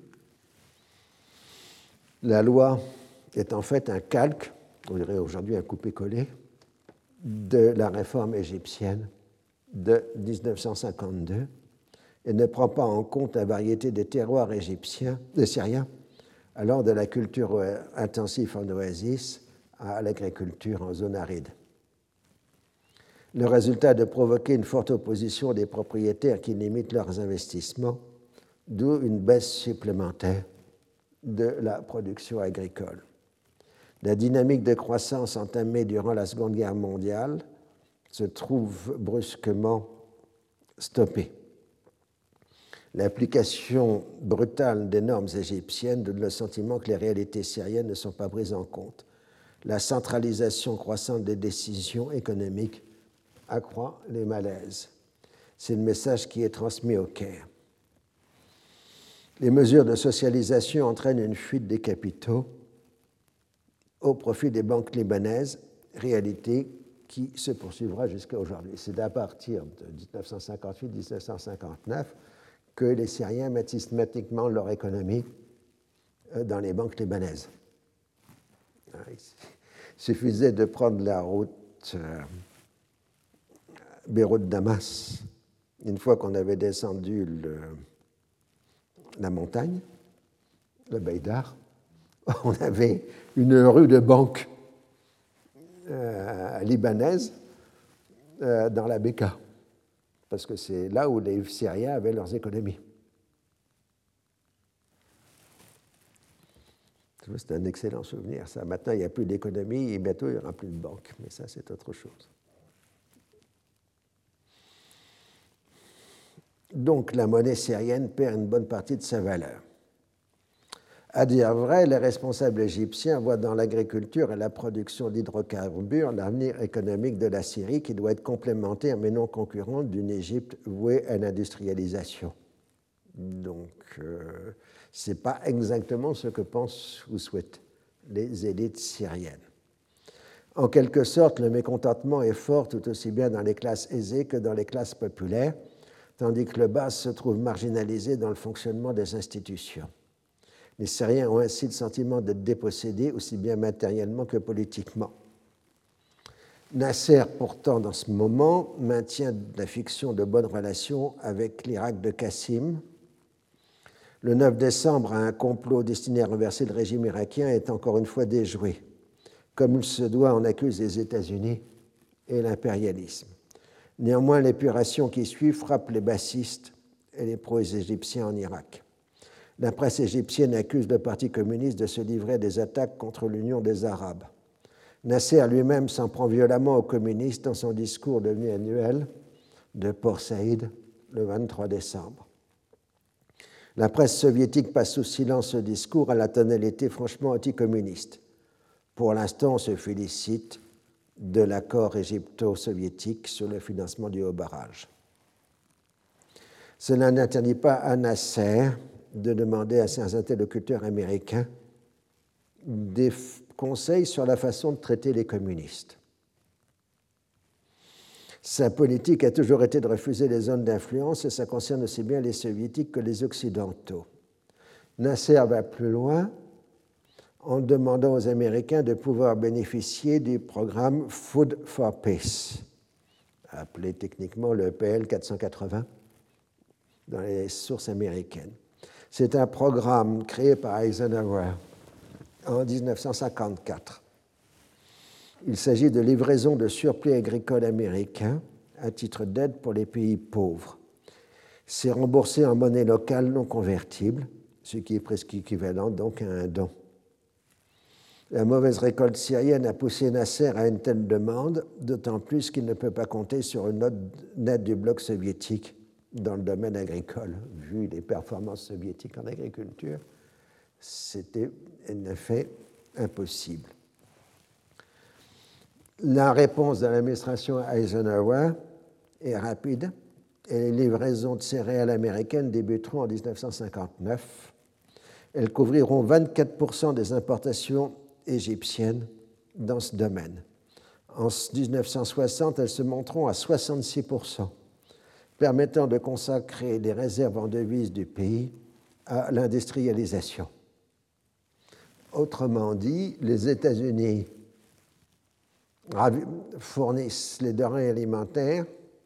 La loi est en fait un calque, on dirait aujourd'hui un coupé-collé, de la réforme égyptienne de mille neuf cent cinquante-deux et ne prend pas en compte la variété des terroirs égyptiens, des Syriens, allant de la culture intensive en oasis à l'agriculture en zone aride. Le résultat est de provoquer une forte opposition des propriétaires qui limitent leurs investissements, d'où une baisse supplémentaire de la production agricole. La dynamique de croissance entamée durant la Seconde Guerre mondiale se trouve brusquement stoppée. L'application brutale des normes égyptiennes donne le sentiment que les réalités syriennes ne sont pas prises en compte. La centralisation croissante des décisions économiques accroît les malaises. C'est le message qui est transmis au Caire. Les mesures de socialisation entraînent une fuite des capitaux au profit des banques libanaises, réalité qui se poursuivra jusqu'à aujourd'hui. C'est à partir de mille neuf cent cinquante-huit à mille neuf cent cinquante-neuf que les Syriens mettent systématiquement leur économie dans les banques libanaises. Il suffisait de prendre la route Beyrouth-Damas. Une fois qu'on avait descendu le, la montagne, le Beïdar, on avait une rue de banque euh, libanaise euh, dans la Beka, parce que c'est là où les Syriens avaient leurs économies. C'est un excellent souvenir, ça. Maintenant, il n'y a plus d'économie et bientôt, il n'y aura plus de banque, mais ça, c'est autre chose. Donc, la monnaie syrienne perd une bonne partie de sa valeur. À dire vrai, les responsables égyptiens voient dans l'agriculture et la production d'hydrocarbures l'avenir économique de la Syrie qui doit être complémentaire mais non concurrente d'une Égypte vouée à l'industrialisation. Donc, euh, ce n'est pas exactement ce que pensent ou souhaitent les élites syriennes. En quelque sorte, le mécontentement est fort tout aussi bien dans les classes aisées que dans les classes populaires, tandis que le bas se trouve marginalisé dans le fonctionnement des institutions. Les Syriens ont ainsi le sentiment d'être dépossédés aussi bien matériellement que politiquement. Nasser, pourtant, dans ce moment, maintient la fiction de bonnes relations avec l'Irak de Qassim. Le neuf décembre, un complot destiné à renverser le régime irakien est encore une fois déjoué. Comme il se doit, on accuse les États-Unis et l'impérialisme. Néanmoins, l'épuration qui suit frappe les bassistes et les pro-égyptiens en Irak. La presse égyptienne accuse le Parti communiste de se livrer à des attaques contre l'Union des Arabes. Nasser lui-même s'en prend violemment aux communistes dans son discours devenu annuel de Port Saïd le vingt-trois décembre. La presse soviétique passe sous silence ce discours à la tonalité franchement anticommuniste. Pour l'instant, on se félicite de l'accord égypto-soviétique sur le financement du haut barrage. Cela n'interdit pas à Nasser de demander à ses interlocuteurs américains des conseils sur la façon de traiter les communistes. Sa politique a toujours été de refuser les zones d'influence et ça concerne aussi bien les soviétiques que les occidentaux. Nasser va plus loin en demandant aux Américains de pouvoir bénéficier du programme Food for Peace, appelé techniquement le P L quatre cent quatre-vingts dans les sources américaines. C'est un programme créé par Eisenhower en dix-neuf cent cinquante-quatre. Il s'agit de livraison de surplus agricoles américains à titre d'aide pour les pays pauvres. C'est remboursé en monnaie locale non convertible, ce qui est presque équivalent donc à un don. La mauvaise récolte syrienne a poussé Nasser à une telle demande, d'autant plus qu'il ne peut pas compter sur une aide du bloc soviétique dans le domaine agricole. Vu les performances soviétiques en agriculture, c'était en effet impossible. La réponse de l'administration Eisenhower est rapide et les livraisons de céréales américaines débuteront en dix-neuf cent cinquante-neuf. Elles couvriront vingt-quatre pour cent des importations égyptiennes dans ce domaine. En dix-neuf cent soixante, elles se monteront à soixante-six pour cent, permettant de consacrer les réserves en devises du pays à l'industrialisation. Autrement dit, les États-Unis fournissent les denrées alimentaires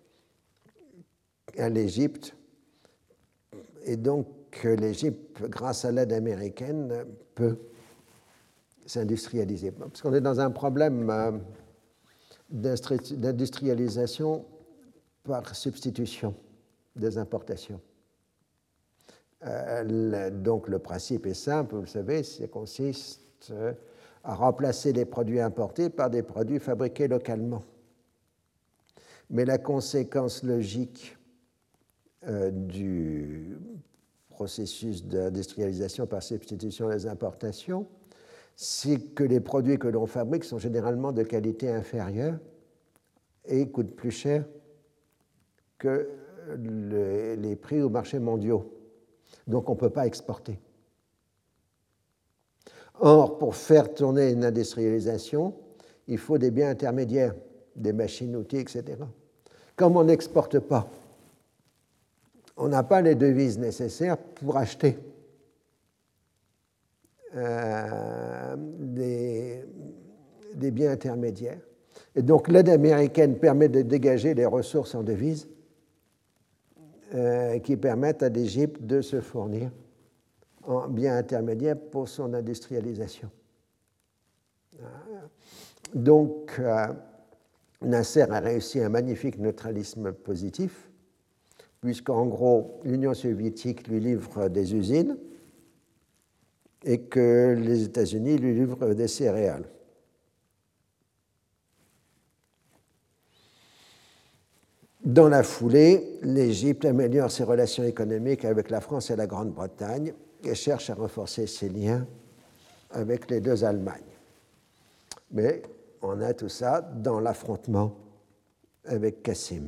à l'Égypte et donc l'Égypte, grâce à l'aide américaine, peut s'industrialiser. Parce qu'on est dans un problème d'industrialisation par substitution des importations. Euh, le, donc le principe est simple, vous le savez, ça consiste à remplacer les produits importés par des produits fabriqués localement. Mais la conséquence logique euh, du processus d'industrialisation par substitution des importations, c'est que les produits que l'on fabrique sont généralement de qualité inférieure et coûtent plus cher que le, les prix au marché mondiaux. Donc on ne peut pas exporter. Or, pour faire tourner une industrialisation, il faut des biens intermédiaires, des machines, outils, et cetera. Comme on n'exporte pas, on n'a pas les devises nécessaires pour acheter euh, des, des biens intermédiaires. Et donc l'aide américaine permet de dégager des ressources en devises euh, qui permettent à l'Égypte de se fournir en biens intermédiaires pour son industrialisation. Donc, euh, Nasser a réussi un magnifique neutralisme positif, puisqu'en gros, l'Union soviétique lui livre des usines et que les États-Unis lui livrent des céréales. Dans la foulée, l'Égypte améliore ses relations économiques avec la France et la Grande-Bretagne et cherche à renforcer ses liens avec les deux Allemagnes. Mais on a tout ça dans l'affrontement avec Cassim.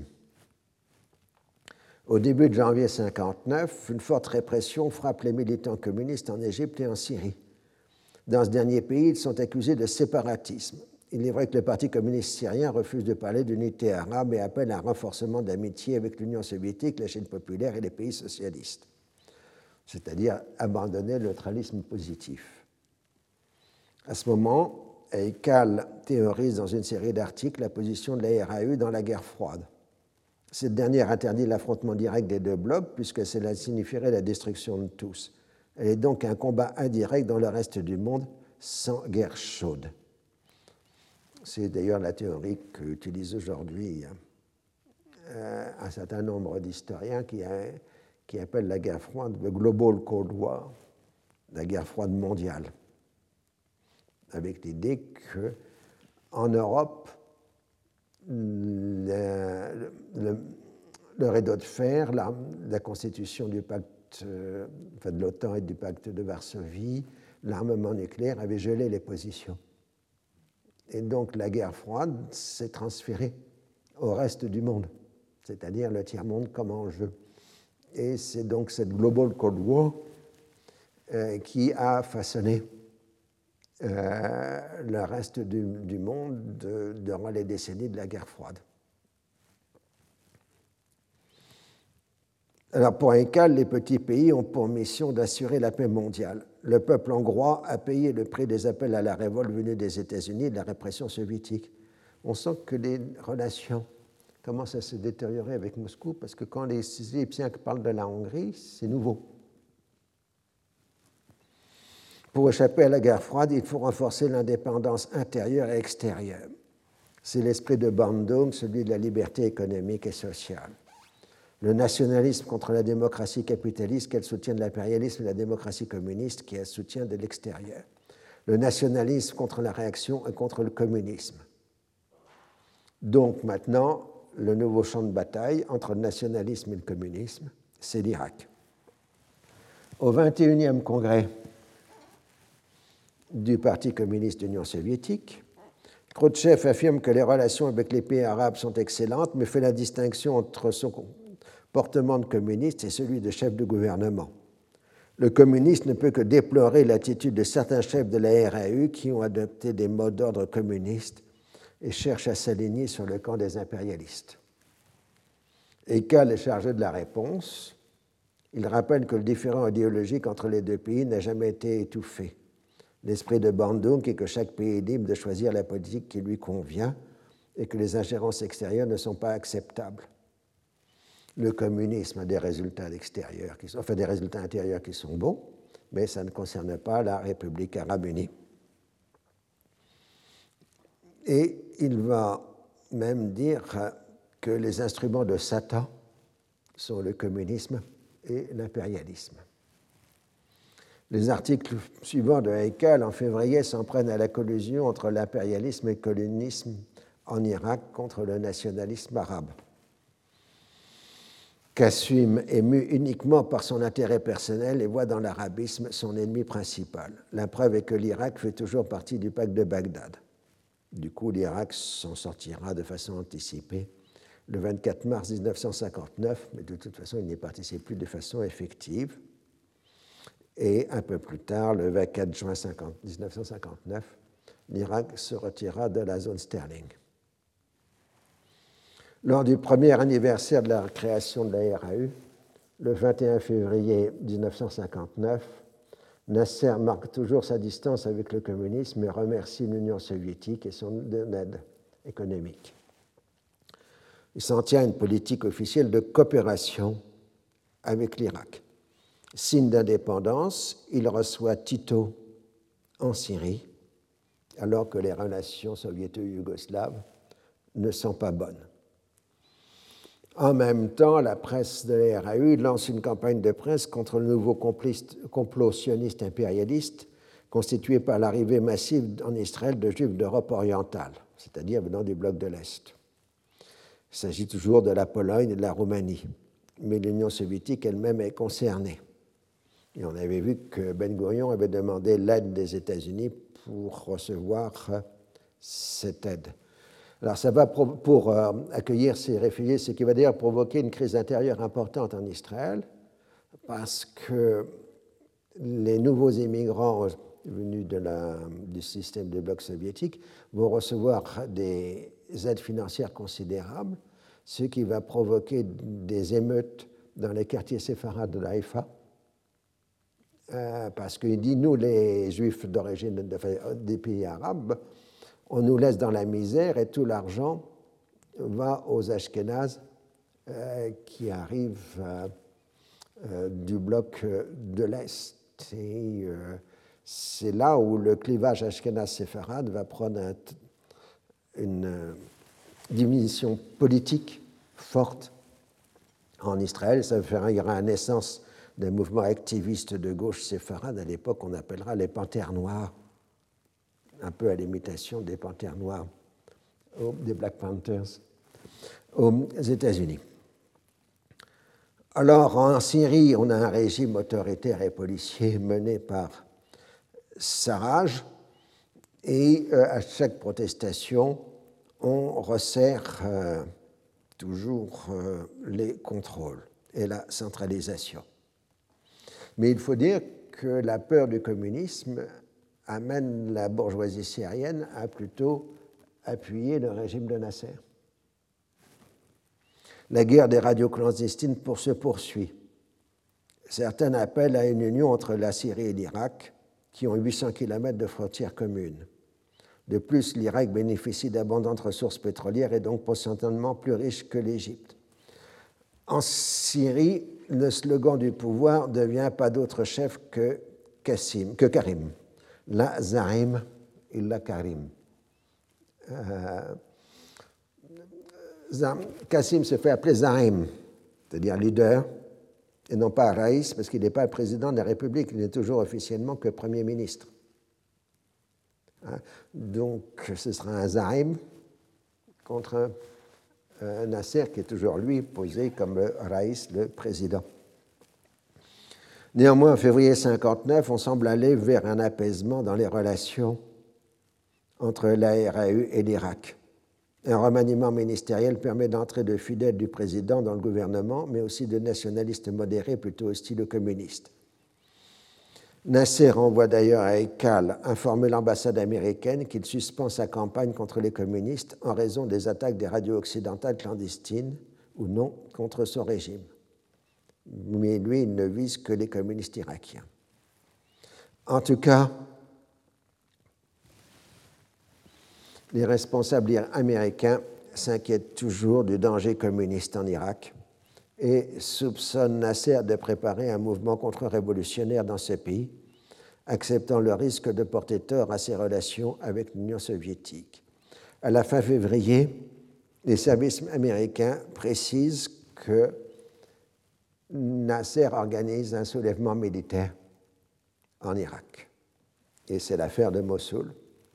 Au début de janvier mille neuf cent cinquante-neuf, une forte répression frappe les militants communistes en Égypte et en Syrie. Dans ce dernier pays, ils sont accusés de séparatisme. Il est vrai que le Parti communiste syrien refuse de parler d'unité arabe et appelle à un renforcement d'amitié avec l'Union soviétique, la Chine populaire et les pays socialistes, c'est-à-dire abandonner le neutralisme positif. À ce moment, Eikal théorise dans une série d'articles la position de la R A U dans la guerre froide. Cette dernière interdit l'affrontement direct des deux blocs puisque cela signifierait la destruction de tous. Elle est donc un combat indirect dans le reste du monde sans guerre chaude. C'est d'ailleurs la théorie qu'utilisent aujourd'hui euh, un certain nombre d'historiens qui, a, qui appellent la guerre froide le Global Cold War, la guerre froide mondiale, avec l'idée qu'en Europe, le, le, le rideau de fer, la, la constitution du pacte, euh, enfin de l'OTAN et du pacte de Varsovie, l'armement nucléaire avait gelé les positions. Et donc la guerre froide s'est transférée au reste du monde, c'est-à-dire le tiers-monde comme enjeu. Et c'est donc cette Global Cold War euh, qui a façonné euh, le reste du, du monde de, durant les décennies de la guerre froide. Alors pour Eikal, les petits pays ont pour mission d'assurer la paix mondiale. le peuple hongrois a payé le prix des appels à la révolte venus des États-Unis et de la répression soviétique. On sent que les relations commencent à se détériorer avec Moscou parce que quand les Égyptiens parlent de la Hongrie, c'est nouveau. Pour échapper à la guerre froide, il faut renforcer l'indépendance intérieure et extérieure. C'est l'esprit de Bandung, celui de la liberté économique et sociale. Le nationalisme contre la démocratie capitaliste, qu'elle soutient de l'impérialisme, et la démocratie communiste, qui elle soutient de l'extérieur. Le nationalisme contre la réaction et contre le communisme. Donc maintenant, le nouveau champ de bataille entre le nationalisme et le communisme, c'est l'Irak. Au vingt et unième congrès du Parti communiste d'Union soviétique, Khrouchtchev affirme que les relations avec les pays arabes sont excellentes, mais fait la distinction entre son comportement de communiste et celui de chef de gouvernement. Le communiste ne peut que déplorer l'attitude de certains chefs de la R A U qui ont adopté des modes d'ordre communistes et cherchent à s'aligner sur le camp des impérialistes. Ekal est chargé de la réponse. Il rappelle que le différend idéologique entre les deux pays n'a jamais été étouffé. L'esprit de Bandung est que chaque pays est libre de choisir la politique qui lui convient et que les ingérences extérieures ne sont pas acceptables. Le communisme a des résultats extérieurs, qui sont, enfin des résultats intérieurs qui sont bons, mais ça ne concerne pas la République arabe unie. Et il va même dire que les instruments de Satan sont le communisme et l'impérialisme. Les articles suivants de Haykal en février s'en prennent à la collusion entre l'impérialisme et le communisme en Irak contre le nationalisme arabe. Qassim est mu uniquement par son intérêt personnel et voit dans l'arabisme son ennemi principal. La preuve est que l'Irak fait toujours partie du pacte de Bagdad. Du coup, l'Irak s'en sortira de façon anticipée le vingt-quatre mars mille neuf cent cinquante-neuf, mais de toute façon, il n'y participe plus de façon effective. Et un peu plus tard, le vingt-quatre juin mille neuf cent cinquante-neuf, l'Irak se retira de la zone Sterling. Lors du premier anniversaire de la création de la R A U, le vingt et un février mille neuf cent cinquante-neuf, Nasser marque toujours sa distance avec le communisme et remercie l'Union soviétique et son aide économique. Il s'en tient à une politique officielle de coopération avec l'Irak. Signe d'indépendance, il reçoit Tito en Syrie, alors que les relations soviéto-yougoslaves ne sont pas bonnes. En même temps, la presse de la R A U lance une campagne de presse contre le nouveau complot sioniste impérialiste constitué par l'arrivée massive en Israël de Juifs d'Europe orientale, c'est-à-dire venant du bloc de l'Est. Il s'agit toujours de la Pologne et de la Roumanie, mais l'Union soviétique elle-même est concernée. Et on avait vu que Ben Gurion avait demandé l'aide des États-Unis pour recevoir cette aide. Alors ça va pour, pour euh, accueillir ces réfugiés, ce qui va d'ailleurs provoquer une crise intérieure importante en Israël, parce que les nouveaux immigrants venus de la, du système de bloc soviétique vont recevoir des aides financières considérables, ce qui va provoquer des émeutes dans les quartiers séfarades de Haïfa, euh, parce qu'il dit, nous les juifs d'origine de, de, des pays arabes, on nous laisse dans la misère et tout l'argent va aux Ashkénazes euh, qui arrivent euh, euh, du bloc de l'Est. Et euh, c'est là où le clivage ashkénaze-séfarade va prendre un, une euh, diminution politique forte en Israël. Ça fera la naissance d'un mouvement activiste de gauche séfarade. À l'époque, on appellera les Panthères Noires, un peu à l'imitation des Panthères Noires, des Black Panthers aux États-Unis. Alors, en Syrie, on a un régime autoritaire et policier mené par Sarraj, et euh, à chaque protestation, on resserre euh, toujours euh, les contrôles et la centralisation. Mais il faut dire que la peur du communisme amène la bourgeoisie syrienne à plutôt appuyer le régime de Nasser. La guerre des radios clandestines pour se poursuit. Certains appellent à une union entre la Syrie et l'Irak qui ont huit cents kilomètres de frontières communes. De plus, l'Irak bénéficie d'abondantes ressources pétrolières et donc potentiellement plus riche que l'Égypte. En Syrie, le slogan du pouvoir ne devient pas d'autre chef que, Kassim, que Karim. La Zaim illa Karim. Euh, Kassim se fait appeler Zaim, c'est-à-dire leader, et non pas Raïs, parce qu'il n'est pas le président de la République, il n'est toujours officiellement que Premier ministre. Hein? Donc ce sera un Zaim contre un, un Nasser qui est toujours lui posé comme le Raïs, le président. Néanmoins, en février mille neuf cent cinquante-neuf, on semble aller vers un apaisement dans les relations entre l'A R A U et l'Irak. Un remaniement ministériel permet d'entrer de fidèles du président dans le gouvernement, mais aussi de nationalistes modérés plutôt hostiles aux communistes. Nasser envoie d'ailleurs à Ekal informer l'ambassade américaine qu'il suspend sa campagne contre les communistes en raison des attaques des radios occidentales clandestines ou non contre son régime. Mais lui, il ne vise que les communistes irakiens. En tout cas, les responsables américains s'inquiètent toujours du danger communiste en Irak et soupçonnent Nasser de préparer un mouvement contre-révolutionnaire dans ce pays, acceptant le risque de porter tort à ses relations avec l'Union soviétique. À la fin février, les services américains précisent que Nasser organise un soulèvement militaire en Irak. Et c'est l'affaire de Mossoul.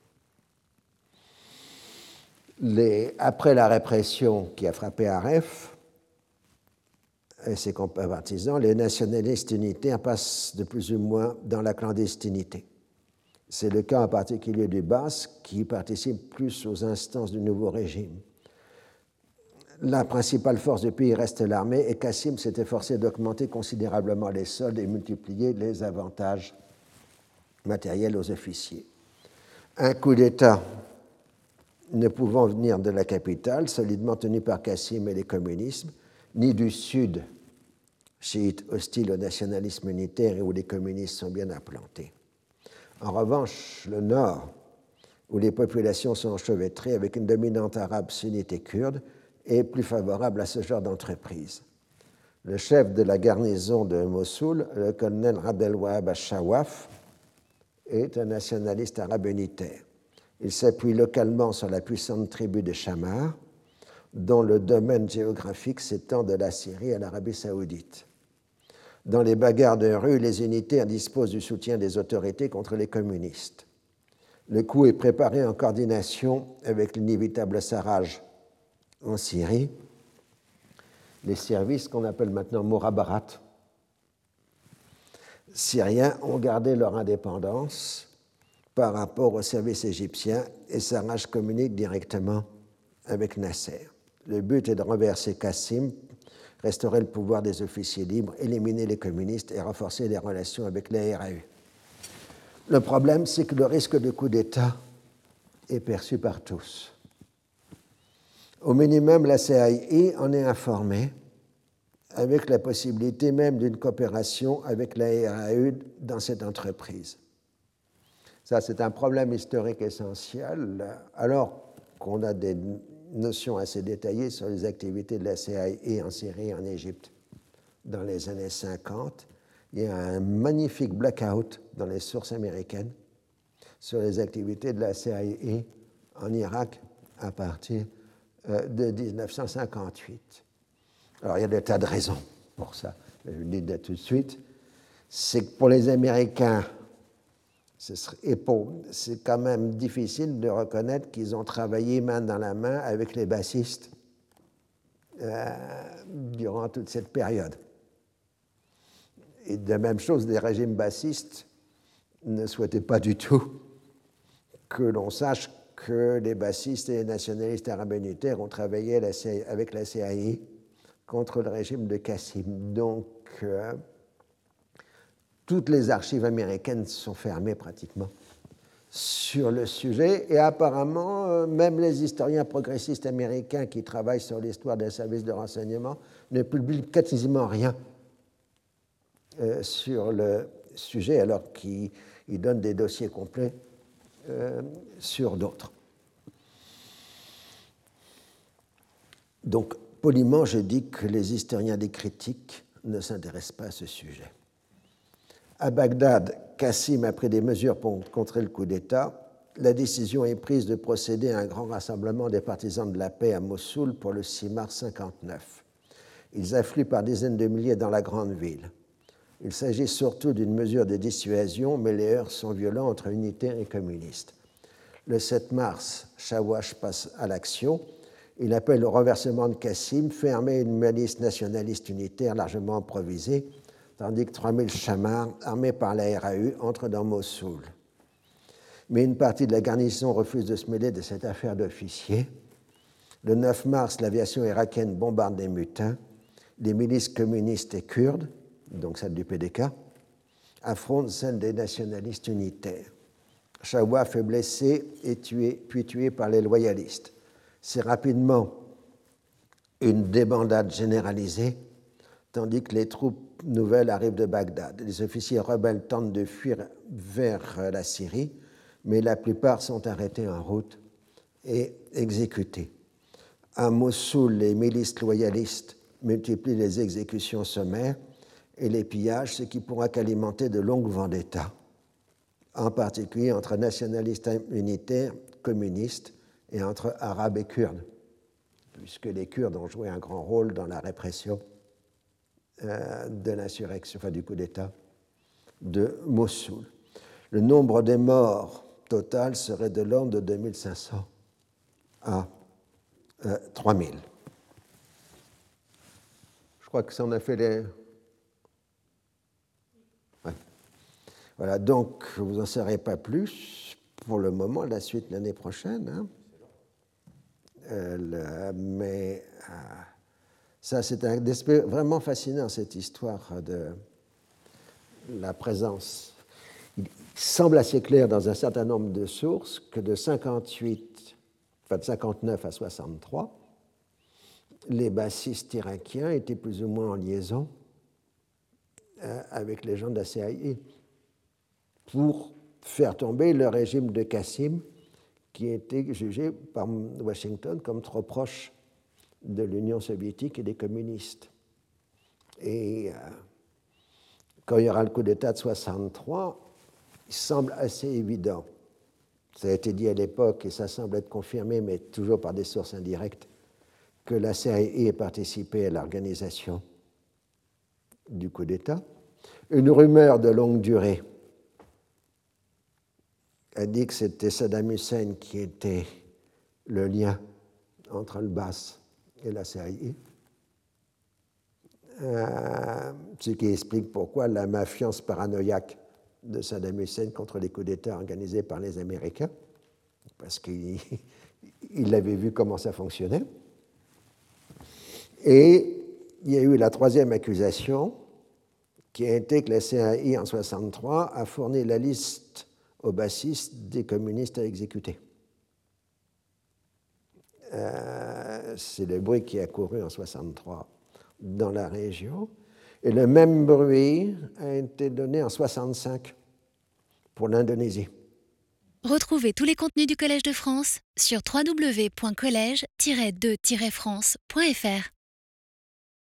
Les, après la répression qui a frappé Aref et ses partisans, les nationalistes unitaires passent de plus ou moins dans la clandestinité. C'est le cas en particulier du Bas, qui participe plus aux instances du nouveau régime. La principale force du pays reste l'armée et Kassim s'est efforcé d'augmenter considérablement les soldes et multiplier les avantages matériels aux officiers. Un coup d'État ne pouvant venir de la capitale, solidement tenue par Kassim et les communistes, ni du sud, chiite hostile au nationalisme unitaire et où les communistes sont bien implantés. En revanche, le nord, où les populations sont enchevêtrées avec une dominante arabe sunnite et kurde, est plus favorable à ce genre d'entreprise. Le chef de la garnison de Mossoul, le colonel Abdelwahab al-Shawaf, est un nationaliste arabe unitaire. Il s'appuie localement sur la puissante tribu de Shammar, dont le domaine géographique s'étend de la Syrie à l'Arabie saoudite. Dans les bagarres de rue, les unitaires disposent du soutien des autorités contre les communistes. Le coup est préparé en coordination avec l'inévitable Sarraj en Syrie, les services qu'on appelle maintenant Mourabarat syriens ont gardé leur indépendance par rapport aux services égyptiens et Sarraj communique directement avec Nasser. Le but est de renverser Kassim, restaurer le pouvoir des officiers libres, éliminer les communistes et renforcer les relations avec l'A R A U. Le problème, c'est que le risque de coup d'État est perçu par tous. Au minimum, la C I A en est informée, avec la possibilité même d'une coopération avec la R A U dans cette entreprise. Ça, c'est un problème historique essentiel, alors qu'on a des notions assez détaillées sur les activités de la C I A en Syrie et en Égypte dans les années cinquante. Il y a un magnifique blackout dans les sources américaines sur les activités de la C I A en Irak à partir de dix-neuf cent cinquante-huit. Alors, il y a des tas de raisons pour ça. Je le dis de tout de suite. C'est que pour les Américains, ce serait, et pour, c'est quand même difficile de reconnaître qu'ils ont travaillé main dans la main avec les bassistes euh, durant toute cette période. Et de la même chose, les régimes bassistes ne souhaitaient pas du tout que l'on sache que les bassistes et les nationalistes arabes unitaires ont travaillé la C I A, avec la C I A contre le régime de Kassim. Donc, euh, toutes les archives américaines sont fermées pratiquement sur le sujet et apparemment, euh, même les historiens progressistes américains qui travaillent sur l'histoire des services de renseignement ne publient quasiment rien euh, sur le sujets alors qu'il donne des dossiers complets euh, sur d'autres. Donc, poliment, je dis que les historiens des critiques ne s'intéressent pas à ce sujet. À Bagdad, Qassim a pris des mesures pour contrer le coup d'État. La décision est prise de procéder à un grand rassemblement des partisans de la paix à Mossoul pour le six mars cinquante-neuf. Ils affluent par dizaines de milliers dans la grande ville. Il s'agit surtout d'une mesure de dissuasion, mais les heurts sont violents entre unitaires et communistes. Le sept mars, Chawash passe à l'action. Il appelle au renversement de Qassim, fait armer une milice nationaliste unitaire largement improvisée, tandis que trois mille chamars, armés par la R A U, entrent dans Mossoul. Mais une partie de la garnison refuse de se mêler de cette affaire d'officiers. Le neuf mars, l'aviation irakienne bombarde des mutins. Les milices communistes et kurdes, donc celles du P D K, affrontent celles des nationalistes unitaires. Chawaf est blessé et tué, puis tué par les loyalistes. C'est rapidement une débandade généralisée, tandis que les troupes nouvelles arrivent de Bagdad. Les officiers rebelles tentent de fuir vers la Syrie, mais la plupart sont arrêtés en route et exécutés. À Mossoul, les milices loyalistes multiplient les exécutions sommaires et les pillages, ce qui pourra qu'alimenter de longues vendettas, en particulier entre nationalistes unitaires, communistes, et entre Arabes et Kurdes, puisque les Kurdes ont joué un grand rôle dans la répression euh, de l'insurrection, enfin du coup d'État de Mossoul. Le nombre des morts total serait de l'ordre de deux mille cinq cents à euh, trois mille. Je crois que ça en a fait les... Ouais. Voilà, donc vous n'en saurez pas plus pour le moment, la suite l'année prochaine. Hein. Euh, le, mais euh, ça, c'est un aspect vraiment fascinant, cette histoire de la présence. Il semble assez clair dans un certain nombre de sources que de cinquante-huit, enfin de cinquante-neuf à soixante-trois, les bassistes irakiens étaient plus ou moins en liaison euh, avec les gens de la C I A pour faire tomber le régime de Qassim, qui était jugé par Washington comme trop proche de l'Union soviétique et des communistes. Et euh, quand il y aura le coup d'État de soixante-trois, il semble assez évident, ça a été dit à l'époque et ça semble être confirmé, mais toujours par des sources indirectes, que la C I A ait participé à l'organisation du coup d'État. Une rumeur de longue durée a dit que c'était Saddam Hussein qui était le lien entre le B A S et la C I A, euh, ce qui explique pourquoi la méfiance paranoïaque de Saddam Hussein contre les coups d'État organisés par les Américains, parce qu'il il avait vu comment ça fonctionnait. Et il y a eu la troisième accusation, qui a été que la C I A en soixante-trois a fourni la liste aux bassistes des communistes à exécuter. Euh, c'est le bruit qui a couru en soixante-trois dans la région. Et le même bruit a été donné en soixante-cinq pour l'Indonésie. Retrouvez tous les contenus du Collège de France sur w w w point collège tiret de tiret france point f r.